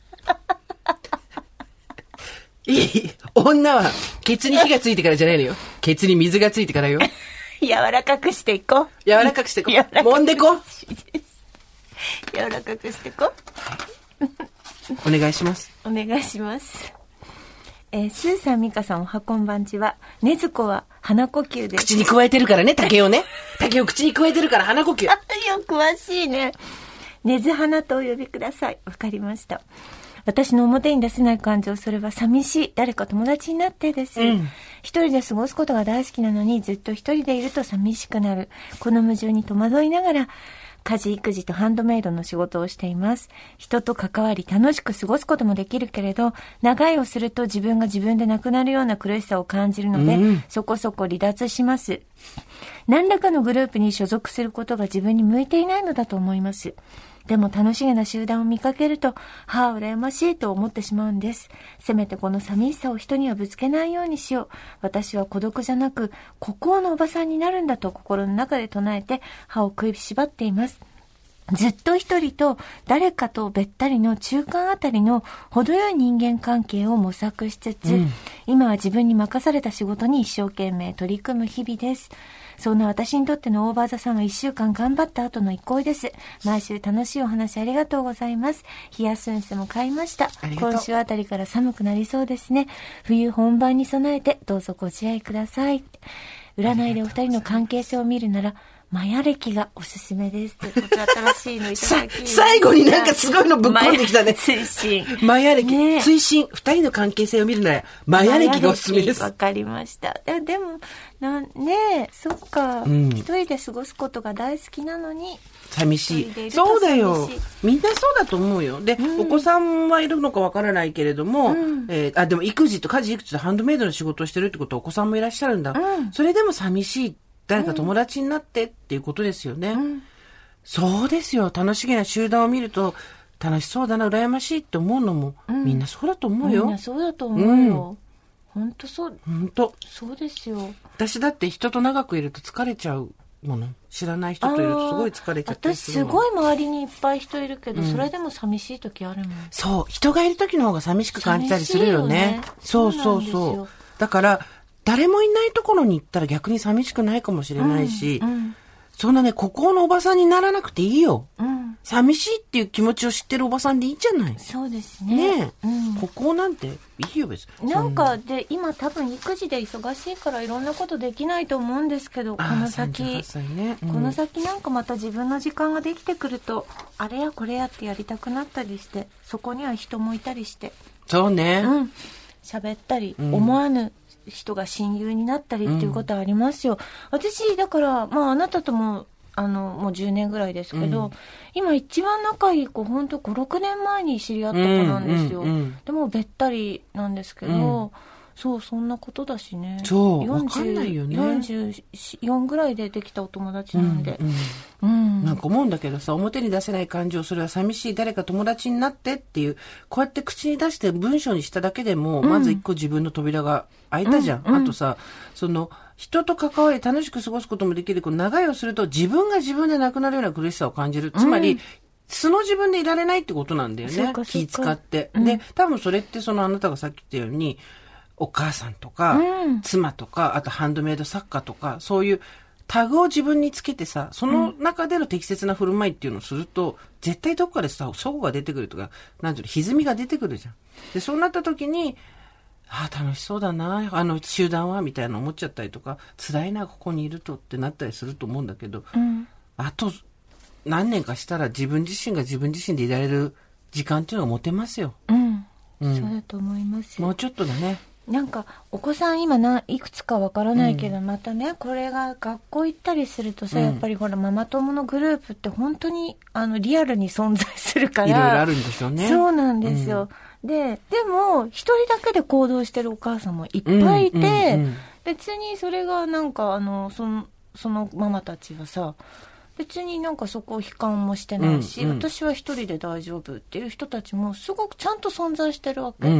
いい。女は、ケツに火がついてからじゃないのよ。ケツに水がついてからよ。 柔らかくしていこう。 柔らかくしていこう。揉んでこう。 柔らかくしていこう。お願いします。 お願いします。えー、スーさん、ミカさん、おはこんばんちは。ねずこは鼻呼吸です。 口に加えてるからね、竹をね。竹を口に加えてるから鼻呼吸。 よ、詳しいね。ねず花とお呼びください。わかりました。私の表に出せない感情、それは寂しい。誰か友達になってです。うん、一人で過ごすことが大好きなのに、ずっと一人でいると寂しくなる。この矛盾に戸惑いながら、家事、育児とハンドメイドの仕事をしています。人と関わり楽しく過ごすこともできるけれど、長いをすると自分が自分でなくなるような苦しさを感じるので、うん、そこそこ離脱します。何らかのグループに所属することが自分に向いていないのだと思います。でも楽しげな集団を見かけると、はあ、羨ましいと思ってしまうんです。せめてこの寂しさを人にはぶつけないようにしよう。私は孤独じゃなく、孤高のおばさんになるんだと心の中で唱えて、歯を食いしばっています。ずっと一人と誰かとべったりの中間あたりの程よい人間関係を模索しつつ、うん、今は自分に任された仕事に一生懸命取り組む日々です。そんな私にとってのオーバーザさんは一週間頑張った後の一行です。毎週楽しいお話ありがとうございます。ヒヤスンスも買いました。今週あたりから寒くなりそうですね。冬本番に備えてどうぞご自愛ください。占いでお二人の関係性を見るなら、マヤ歴がおすすめです。ということで新しいのいただきました。 最後になんかすごいのぶっ込んできたね。 推進。 マヤ歴、ね、推進。二人の関係性を見るなら、マヤ歴がおすすめです。 わかりました。で, でもな、ねえ、そっか、うん。一人で過ごすことが大好きなのに。 寂しい。そうだよ。みんなそうだと思うよ。で、うん、お子さんはいるのかわからないけれども、うん、えー、あ、でも育児と家事育児とハンドメイドの仕事をしてるってことはお子さんもいらっしゃるんだ。うん、それでも寂しい。誰か友達になってっていうことですよね。うん、 そうですよ。楽しげな集団を見ると、楽しそうだな、羨ましいって思うのも、うん、みんなそうだと思うよ。 みんなそうだと思うよ。うん、ほんとそう。 ほんと。 そうですよ。 私だって人と長くいると疲れちゃうもの。知らない人といるとすごい疲れちゃったりする私すごい周りにいっぱい人いるけど、うん、それでも寂しい時あるもん。 そう。人がいる時の方が寂しく感じたりするよね。そうそうそう。だから、誰もいないところに行ったら逆に寂しくないかもしれないし、うんうん、そんなね、孤高のおばさんにならなくていいよ。うん、寂しいっていう気持ちを知ってるおばさんでいいんじゃない？ そうですね。 ねえ、うん、孤高なんていいよ別に。 なんかで、今多分育児で忙しいからいろんなことできないと思うんですけど、この先、ねうん、この先なんかまた自分の時間ができてくると、あれやこれやってやりたくなったりして、そこには人もいたりして。 そうね。 うん。喋ったり、うん、思わぬ人が親友になったりっていうことはありますよ。うん、私、だから、まああなたとも、あの、もうじゅうねんぐらいですけど、うん、今一番仲いい子、ほんとご、ろくねんまえに知り合った子なんですよ。うんうんうん、でもべったりなんですけど、うん、そう、そんなことだしね。 そう、わかんないよね。 よんじゅうよんぐらいでできたお友達なんで。 うんうんうん、なんか思うんだけどさ、表に出せない感情、それは寂しい、誰か友達になってっていう、こうやって口に出して文章にしただけでも、うん、まず一個自分の扉が開いたじゃん。うんうん、あとさ、その、人と関わり楽しく過ごすこともできる。この長いをすると自分が自分でなくなるような苦しさを感じる。つまり、うん、素の自分でいられないってことなんだよね。気使って、うん。で、多分それってそのあなたがさっき言ったように、お母さんとか、うん、妻とか、あとハンドメイド作家とか、そういうタグを自分につけてさ、その中での適切な振る舞いっていうのをすると、絶対どっかでさ、齟齬が出てくるとか、なんていうの、歪みが出てくるじゃん。で、そうなった時に、ああ、楽しそうだな、あの集団はみたいな思っちゃったりとか、辛いな、ここにいるとってなったりすると思うんだけど、うん、あと何年かしたら自分自身が自分自身でいられる時間っていうのが持てますよ。 うん。うん、そうだと思いますよ。 もうちょっとだね。 なんかお子さん今ないくつかわからないけど、うん、またねこれが学校行ったりするとさ、うん、やっぱりほらママ友のグループって本当にあのリアルに存在するからいろいろあるんでしょうね。 そうなんですよ、うん、ででも一人だけで行動してるお母さんもいっぱいいて、うんうんうん、別にそれがなんかあのそのそのママたちはさ別になんかそこを悲観もしてないし、うんうん、私は一人で大丈夫っていう人たちもすごくちゃんと存在してるわけ、うんうん、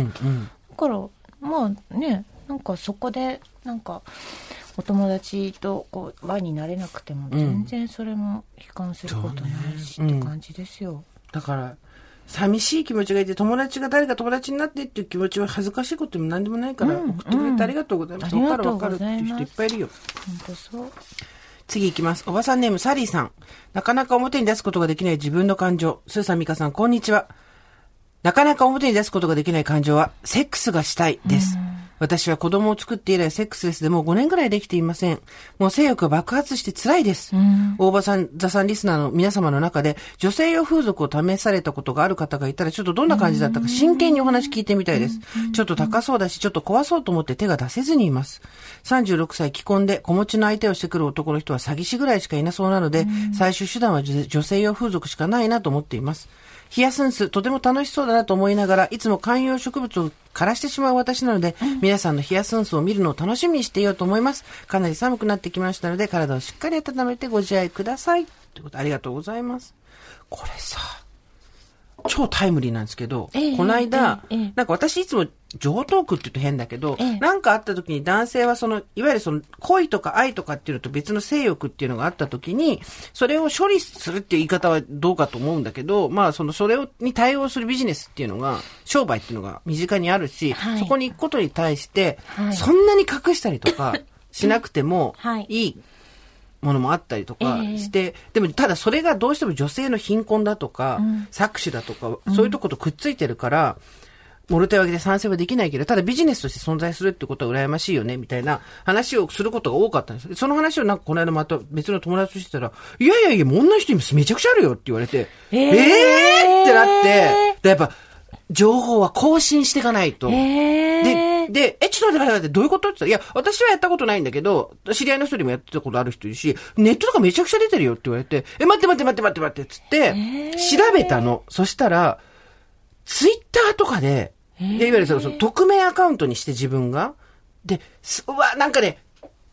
だからまあね、なんかそこでなんかお友達とこう輪になれなくても全然それも悲観することないし、うん、って感じですよ、うん、 だから寂しい気持ちがいて友達が誰か友達になってっていう気持ちは恥ずかしいことでも何でもないから、うん、送ってくれてありがとうございます、うん、そこから分かるっていう人いっぱいいるよ。 本当そう。 次行きます。おばさんネームサリーさん。なかなか表に出すことができない自分の感情。スーさん、ミカさん、こんにちは。なかなか表に出すことができない感情は、セックスがしたいです。私は子供を作って以来セックスレスでもうごねんぐらいできていません。もう性欲が爆発して辛いです。大場さん、ザさんリスナーの皆様の中で、女性用風俗を試されたことがある方がいたら、ちょっとどんな感じだったか真剣にお話聞いてみたいです。ちょっと高そうだし、ちょっと怖そうと思って手が出せずにいます。さんじゅうろくさい既婚で子持ちの相手をしてくる男の人は詐欺師ぐらいしかいなそうなので、最終手段は女性用風俗しかないなと思っています。ヒヤスンス、とても楽しそうだなと思いながら、いつも観葉植物を枯らしてしまう私なので、うん、皆さんのヒヤスンスを見るのを楽しみにしていようと思います。かなり寒くなってきましたので、体をしっかり温めてご自愛ください。ということで、ありがとうございます。これさ、超タイムリーなんですけど、えー、この間、えーえー、なんか私いつも上等句って言うと変だけど、えー、なんかあった時に男性はその、いわゆるその恋とか愛とかっていうのと別の性欲っていうのがあった時に、それを処理するっていう言い方はどうかと思うんだけど、まあその、それに対応するビジネスっていうのが、商売っていうのが身近にあるし、はい、そこに行くことに対して、はい、そんなに隠したりとかしなくてもいいものもあったりとかして、えー、でもただそれがどうしても女性の貧困だとか、うん、搾取だとか、そういうとことくっついてるから、うん、もろ手分けで賛成はできないけど、ただビジネスとして存在するってことは羨ましいよね、みたいな話をすることが多かったんです。その話をなんかこの間また別の友達としてたら、いやいやいや、もう女の人今めちゃくちゃあるよって言われて、えー、えーってなって、でやっぱ、情報は更新していかないと。で、で、え、ちょっと待って待って、どういうことって言ったら、いや、私はやったことないんだけど、知り合いの人にもやってたことある人いるし、ネットとかめちゃくちゃ出てるよって言われて、え、待って待って待って待って待って、つって、調べたの。そしたら、ツイッターとかで、で、いわゆるその、その匿名アカウントにして自分が、で、うわ、なんかね、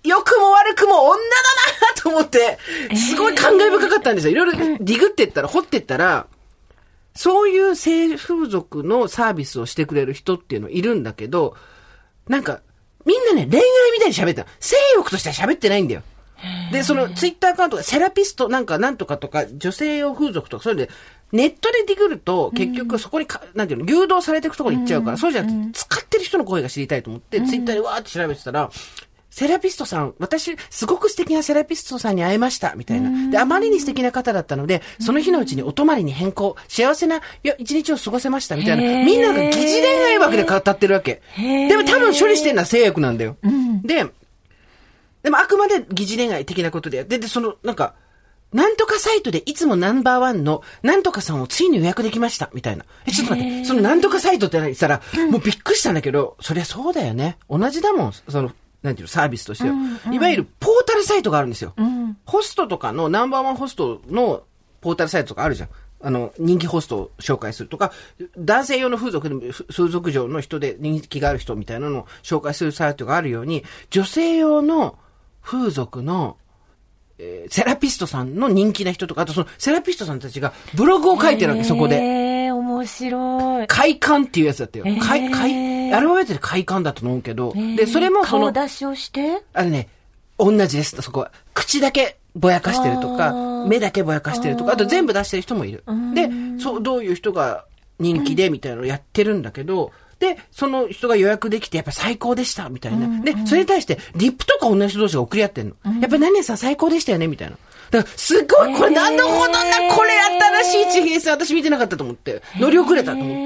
良くも悪くも女だなと思って、すごい感慨深かったんですよ。いろいろディグってったら、掘ってったら、そういう性風俗のサービスをしてくれる人っていうのいるんだけど、なんか、みんなね、恋愛みたいに喋った。性欲としては喋ってないんだよ。で、そのツイッターアカウントがセラピストなんかなんとかとか、女性用風俗とか、そういうので、ネットでディグると、結局そこにか、うん、なんていうの、誘導されていくところに行っちゃうから、うん、そうじゃなくて、使ってる人の声が知りたいと思って、うん、ツイッターでわーって調べてたら、セラピストさん、私、すごく素敵なセラピストさんに会えました、みたいな。で、あまりに素敵な方だったので、その日のうちにお泊まりに変更、幸せな一日を過ごせました、みたいな。みんなが疑似恋愛枠で語ってるわけ。でも多分処理してるのは性欲なんだよ。うん、で、でもあくまで疑似恋愛的なことでやって、で、その、なんか、なんとかサイトでいつもナンバーワンのなんとかさんをついに予約できました、みたいな。え、ちょっと待って、そのなんとかサイトって何言ったら、もうびっくりしたんだけど、そりゃそうだよね。同じだもん、その、なんていうの、サービスとしては、うんうん。いわゆるポータルサイトがあるんですよ。うん、ホストとかのナンバーワンホストのポータルサイトとかあるじゃん。あの、人気ホストを紹介するとか、男性用の風俗でも、風俗嬢の人で人気がある人みたいなのを紹介するサイトがあるように、女性用の風俗の、えー、セラピストさんの人気な人とか、あとそのセラピストさんたちがブログを書いてるわけ、そこで。 えー、面白い。 快感っていうやつだったよ。快、快、アルファベットで快感だと思うけど、で、それもその、 顔出しをしてあれね、同じです、そこは。口だけぼやかしてるとか、目だけぼやかしてるとか、あと全部出してる人もいる。で、そう、どういう人が人気でみたいなのをやってるんだけど、で、その人が予約できて、やっぱ最高でした、みたいな。で、それに対して、リップとか同じ人同士が送り合ってんの。やっぱり何々さん最高でしたよね、みたいな。だから、すごい、これなるほどな、これ新しい地平線私見てなかったと思って、乗り遅れたと思って、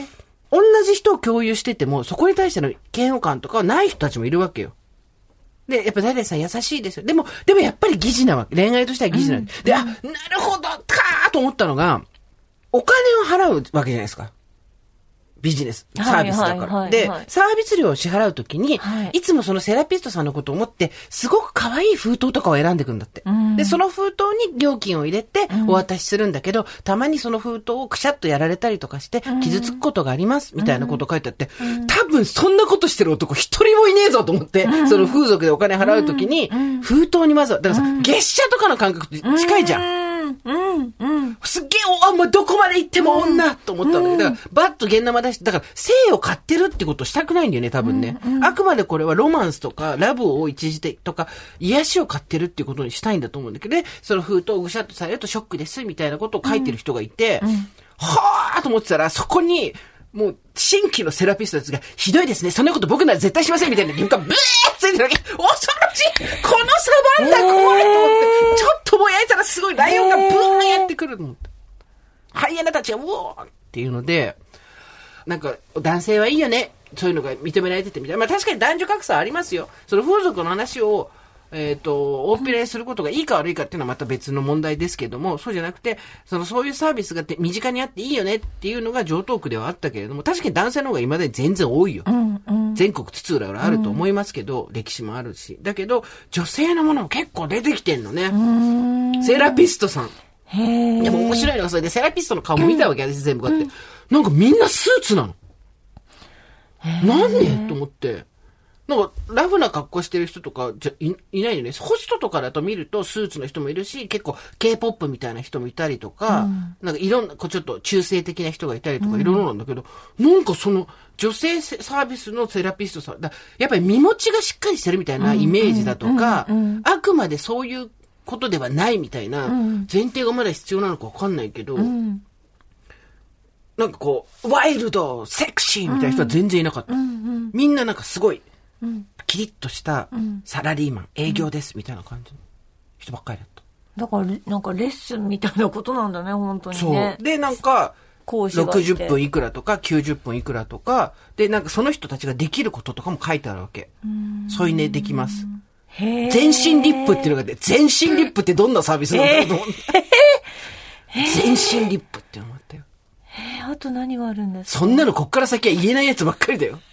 同じ人を共有してても、そこに対しての嫌悪感とかはない人たちもいるわけよ。で、やっぱ誰々さん優しいですよ。でも、でもやっぱり疑似なわけ。恋愛としては疑似なわけ。で、あ、なるほど、かーと思ったのが、お金を払うわけじゃないですか。ビジネス、サービスだから。はいはいはいはい、で、サービス料を支払うときに、はい、いつもそのセラピストさんのことを思って、すごく可愛い封筒とかを選んでいくんだって。で、その封筒に料金を入れてお渡しするんだけど、うん、たまにその封筒をくしゃっとやられたりとかして、傷つくことがあります、みたいなこと書いてあって、うん、多分そんなことしてる男一人もいねえぞと思って、うん、その風俗でお金払うときに、封筒にまずは、だからさ、うん、月謝とかの感覚って近いじゃん。うんうんうん、すっげえ、あ、もうどこまで行っても女、うん、と思ったんだけど、だからバッと現生出して、だから性を買ってるってことをしたくないんだよね、多分ね、うんうん。あくまでこれはロマンスとか、ラブを一時的とか、癒しを買ってるっていうことにしたいんだと思うんだけどね、その封筒をぐしゃっとされるとショックです、みたいなことを書いてる人がいて、うんうん、はぁーと思ってたら、そこに、もう、新規のセラピストたちが、ひどいですね、そんなこと僕なら絶対しません、みたいなリンクがブーッついてるわけ。恐ろしい、このサバンナ怖いと思って、ちょっとぼやいたらすごいライオンがブーッやってくると思って。ハイエナたちが、うおーっていうので、なんか、男性はいいよね、そういうのが認められててみたいな。まあ確かに男女格差ありますよ。その風俗の話を、えっと、大っぴらにすることがいいか悪いかっていうのはまた別の問題ですけども、そうじゃなくて、その、そういうサービスが身近にあっていいよねっていうのが上等句ではあったけれども、確かに男性の方が今まで全然多いよ。うんうん、全国津々浦々あると思いますけど、うん、歴史もあるし。だけど、女性のものも結構出てきてんのね。セラピストさん。へでも面白いのがそれで、セラピストの顔も見たわけ、私全部こうやって。なんかみんなスーツなの。なんでと思って。なんか、ラフな格好してる人とかじゃ い, いないよね。ホストとかだと見るとスーツの人もいるし、結構 K-ポップ みたいな人もいたりとか、うん、なんかいろんな、こうちょっと中性的な人がいたりとかいろいろなんだけど、うん、なんかその女性サービスのセラピストさん、だやっぱり身持ちがしっかりしてるみたいなイメージだとか、うんうんうん、あくまでそういうことではないみたいな前提がまだ必要なのかわかんないけど、うん、なんかこう、ワイルド、セクシーみたいな人は全然いなかった。うんうん、みんななんかすごい、うん、キリッとしたサラリーマン、うん、営業ですみたいな感じの人ばっかりだった。 だからなんかレッスンみたいなことなんだね、本当にね。 そうでなんかろくじゅっぷんいくらとかきゅうじゅっぷんいくらとかで、なんかその人たちができることとかも書いてあるわけ。添い寝できます。へ全身リップっていうのがあって、全身リップってどんなサービスなんだろうと思って全身リップっていうのもあったよ。 へー、あと何があるんですか。 そんなのこっから先は言えないやつばっかりだよ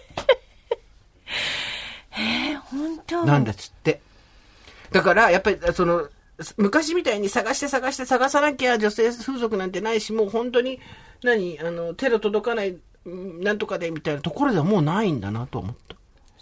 えー、本当なんだっつって。だから、やっぱり、その、昔みたいに探して探して探さなきゃ女性風俗なんてないし、もう本当に、何、あの、手の届かない、なんとかでみたいなところではもうないんだなと思った。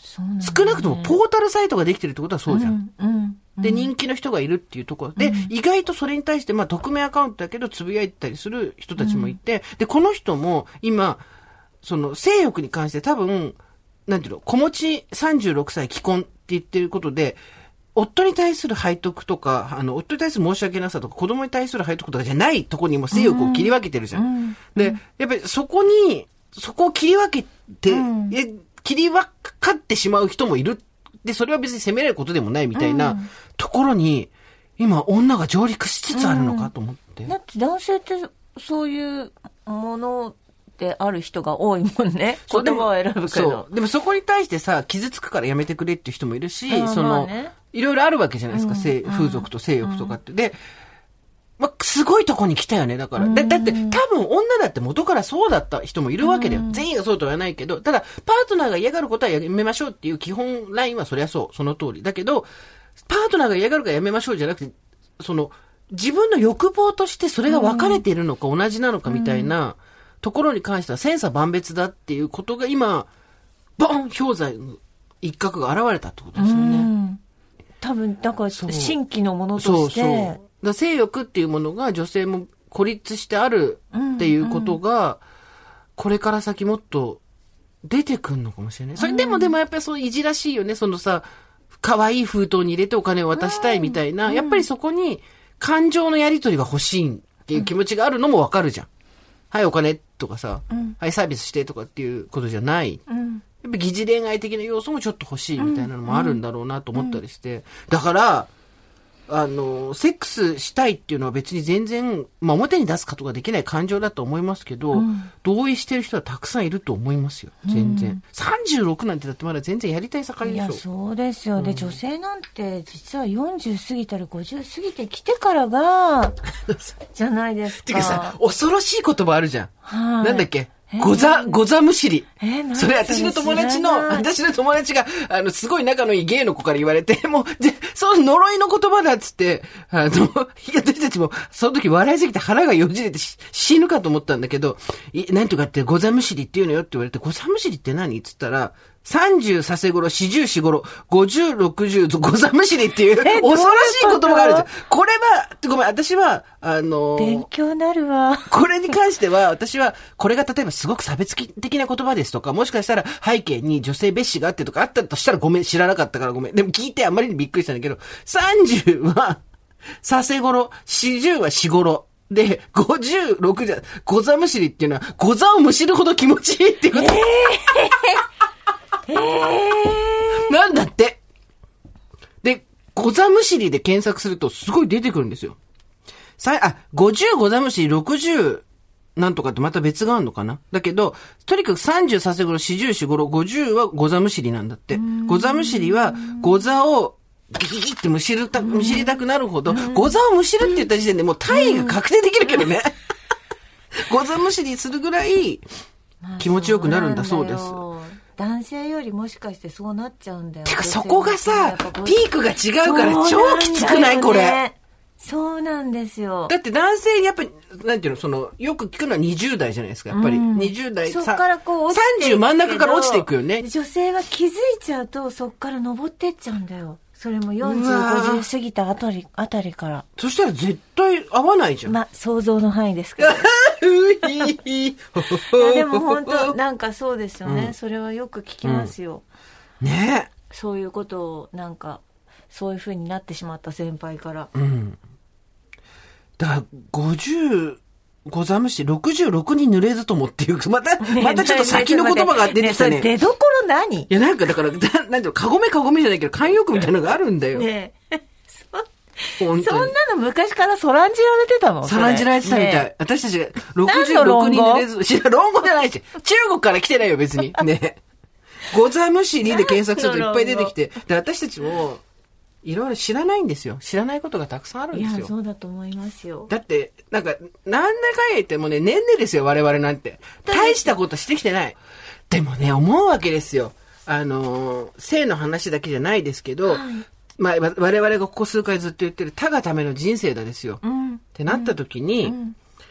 そうなんだね、 少なくともポータルサイトができてるってことはそうじゃん。 うんうんうん、 で、人気の人がいるっていうところで、うん、意外とそれに対して、まあ、匿名アカウントだけど、つぶやいたりする人たちもいて、うん、で、この人も、今、その、性欲に関して多分、なんていうの、子持ちさんじゅうろくさい既婚って言ってることで、夫に対する背徳とか、あの、夫に対する申し訳なさとか、子供に対する背徳とかじゃないところにも性欲を切り分けてるじゃん。うん、で、やっぱりそこに、そこを切り分けて、うん、え、切り分かってしまう人もいる。で、それは別に責められることでもないみたいなところに、今、女が上陸しつつあるのかと思って。 うん、だって男性ってそういうものである人が多いもんね。言葉を選ぶけど。 そう。でもそこに対してさ、傷つくからやめてくれっていう人もいるし、うん、その、まあね、いろいろあるわけじゃないですか。うん、性風俗と性欲とかって。うん、で、まあ、すごいとこに来たよね、だから。だ, だって多分女だって元からそうだった人もいるわけだよ。全員がそうとはないけど、ただパートナーが嫌がることはやめましょうっていう基本ラインはそりゃそう、その通り。だけど、パートナーが嫌がるからやめましょうじゃなくて、その、自分の欲望としてそれが分かれているのか同じなのかみたいなところに関しては千差万別だっていうことが今、ボン氷山の一角が現れたってことですよね。 多分、だから新規のものとして、そうそうだ性欲っていうものが女性も孤立してあるっていうことが、これから先もっと出てくるのかもしれない。それでもでもやっぱりそういじらしいよね。そのさ、可愛い封筒に入れてお金を渡したいみたいな、やっぱりそこに感情のやり取りが欲しいっていう気持ちがあるのもわかるじゃん。はい、お金とかさ、はい、サービスしてとかっていうことじゃない。やっぱ疑似恋愛的な要素もちょっと欲しいみたいなのもあるんだろうなと思ったりして。だから、あの、セックスしたいっていうのは別に全然、まあ表に出すことができない感情だと思いますけど、うん、同意してる人はたくさんいると思いますよ、全然。うん、さんじゅうろくなんてだってまだ全然やりたい盛りでしょ。 いや、そうですよ。で、うん、女性なんて実はよんじゅう過ぎたらごじゅう過ぎてきてからが、じゃないですか。 てかさ、恐ろしい言葉あるじゃん。はい。なんだっけござ、ござむしり。えー、それ私の友達の、私の友達が、あの、すごい仲のいいゲイの子から言われて、もう、で、その呪いの言葉だっつって、あの、私たちも、その時笑いすぎて腹がよじれて死ぬかと思ったんだけど、なんとかってござむしりって言うのよって言われて、ござむしりって何っつったら、さんじゅうさせごろ、よんじゅうしごろ、ごじゅうろくじゅう、ござむしりっていう、恐ろしい言葉があるじゃん。これは、ごめん、私は、あのー、 勉強なるわ。 これに関しては、私は、これが例えばすごく差別的な言葉ですとか、もしかしたら背景に女性蔑視があってとかあったとしたらごめん、知らなかったからごめん。でも聞いてあまりにびっくりしたんだけど、さんじゅうは、させごろ、よんじゅうはしごろ。で、ごじゅうろくじゃ、ござむしりっていうのは、ござをむしるほど気持ちいいってこと。えーえー、なんだって。で、ござむしりで検索するとすごい出てくるんですよ。さあ、ごじゅうござむしり、ろくじゅうなんとかってまた別があるのかな。だけど、とにかくさんじゅうさせごろ、よんじゅうしごろ、ごじゅうはござむしりなんだって。ござむしりは、ござをギギギってむしるた、むしりたくなるほど、ござをむしるって言った時点でもう体位が確定できるけどね。ござむしりするぐらい気持ちよくなるんだそうです。 男性よりもしかしてそうなっちゃうんだよ。 てかそこがさ、ピークが違うから超きつくないこれ。 そうなんですよ。 だって男性やっぱり、なんていうの、その、よく聞くのはにじゅう代じゃないですか、やっぱり。うん、にじゅう代。 そっからこう落ちていくけど。さんじゅう真ん中から落ちていくよね。 女性は気づいちゃうと、そっから登ってっちゃうんだよ。それもよんじゅう、ごじゅう過ぎたあたり、あたりから。 そしたら絶対合わないじゃん。 まあ、想像の範囲ですけど。いやでも本当なんかそうですよね、うん、それはよく聞きますよ、 うん、ねえそういうことをなんかそういう風になってしまった先輩から、 うん、だからごじゅうござむしろくじゅうろくに濡れずともっていうまた、ね、またちょっと先の言葉が出てきたね。 ね、それ出どころ何？ いやなんかだからなんていうのかごめかごめじゃないけど慣用句みたいなのがあるんだよ。 ねえそんなの昔からそらんじられてたの？ そらんじられてたみたい。ね、私たちがろくじゅうろくに濡れず、知ら論語じゃないし、中国から来てないよ別に。ね。ござむしりで検索するといっぱい出てきて、で私たちもいろいろ知らないんですよ。知らないことがたくさんあるんですよ。 いやそうだと思いますよ。 だってなんかなんだかん言ってもね年々ですよ我々なんて大したことしてきてない。でもね思うわけですよ。あの性の話だけじゃないですけど。はいまあ、我々がここ数回ずっと言ってる他がための人生だですよ、うん、ってなった時に、うん、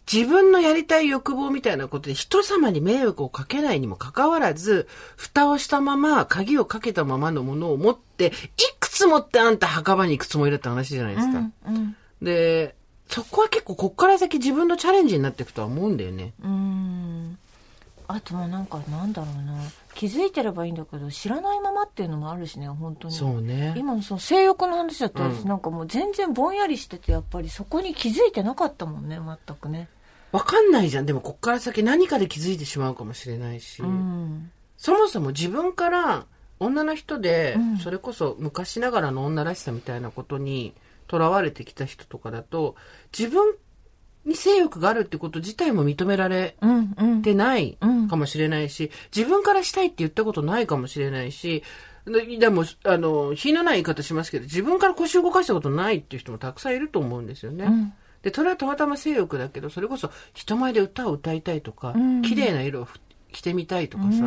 自分のやりたい欲望みたいなことで人様に迷惑をかけないにもかかわらず、蓋をしたまま、鍵をかけたままのものを持って、いくつ持ってあんた墓場に行くつもりだった話じゃないですか。うんうん、で、そこは結構こっから先自分のチャレンジになっていくとは思うんだよね。 うーん。あとはなんかなんだろうな。気づいてればいいんだけど、知らないままっていうのもあるしね、本当に。 そうね。 今のその性欲の話だったら、うん、なんかもう全然ぼんやりしてて、やっぱりそこに気づいてなかったもんね、全くね。 わかんないじゃん。でもこっから先何かで気づいてしまうかもしれないし。うん、そもそも自分から女の人で、うん、それこそ昔ながらの女らしさみたいなことにとらわれてきた人とかだと、自分に性欲があるってこと自体も認められてないかもしれないし、自分からしたいって言ったことないかもしれないし、でも、あの、品のない言い方しますけど、自分から腰を動かしたことないっていう人もたくさんいると思うんですよね。うん、で、それはたまたま性欲だけど、それこそ人前で歌を歌いたいとか、うん、綺麗な色を着てみたいとかさ、うん、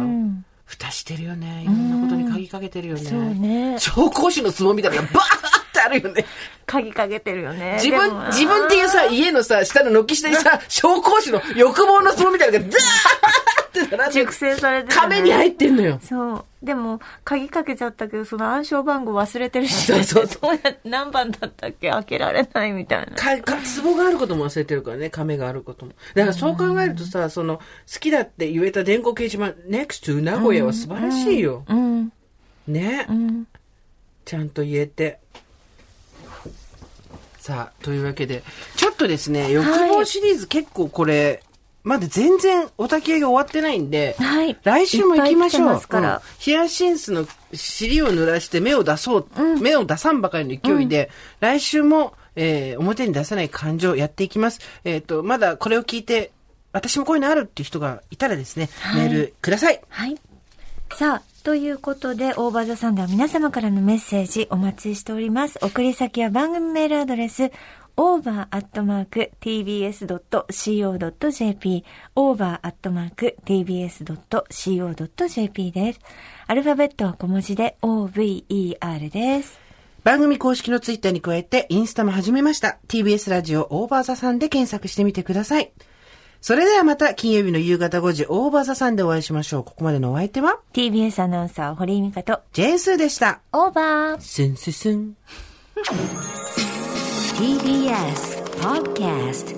蓋してるよね。いろんなことに鍵かけてるよね。そうね。紹興酒の壺みたいなのがバーってあるよね。 鍵かけてるよね。 自分、自分っていうさ、家のさ、下の軒下にさ、紹興酒の欲望の壺みたいなのがザーって並んで熟成されてる、ね。 壁に入ってんのよ。 そう。でも、鍵かけちゃったけど、その暗証番号忘れてるし、 そうそうそう。 そうやって何番だったっけ開けられないみたいな。 か、か、壺があることも忘れてるからね、亀があることも。だからそう考えるとさ、その、好きだって言えた電光掲示板、next to 名古屋は素晴らしいよ。うん。うん、ね、うん。ちゃんと言えて。さあ、というわけで、ちょっとですね、欲望シリーズ結構これ、まだ全然お焚き上げ終わってないんで、はい、来週も行きましょう。うん、ヒヤシンスの尻を濡らして目を出そう、うん、目を出さんばかりの勢いで、うん、来週も、えー、表に出さない感情をやっていきます。えっと、まだこれを聞いて、私もこういうのあるっていう人がいたらですね、はい、メールください。 はい。さあ、ということで、オーバーザさんでは皆様からのメッセージお待ちしております。送り先は番組メールアドレス、オーバーアットマーク ティービーエスドットシーオードットジェーピー オーバーアットマーク ティービーエスドットシーオードットジェーピー です。アルファベットは小文字で オーブイイーアール です。 番組公式のツイッターに加えてインスタも始めました。ティービーエス ラジオオーバーザさんで検索してみてください。それではまた金曜日の夕方ごじオーバーザさんでお会いしましょう。ここまでのお相手はティービーエス アナウンサー堀井美香とジェーンスーでした。 オーバースンススンティービーエス Podcast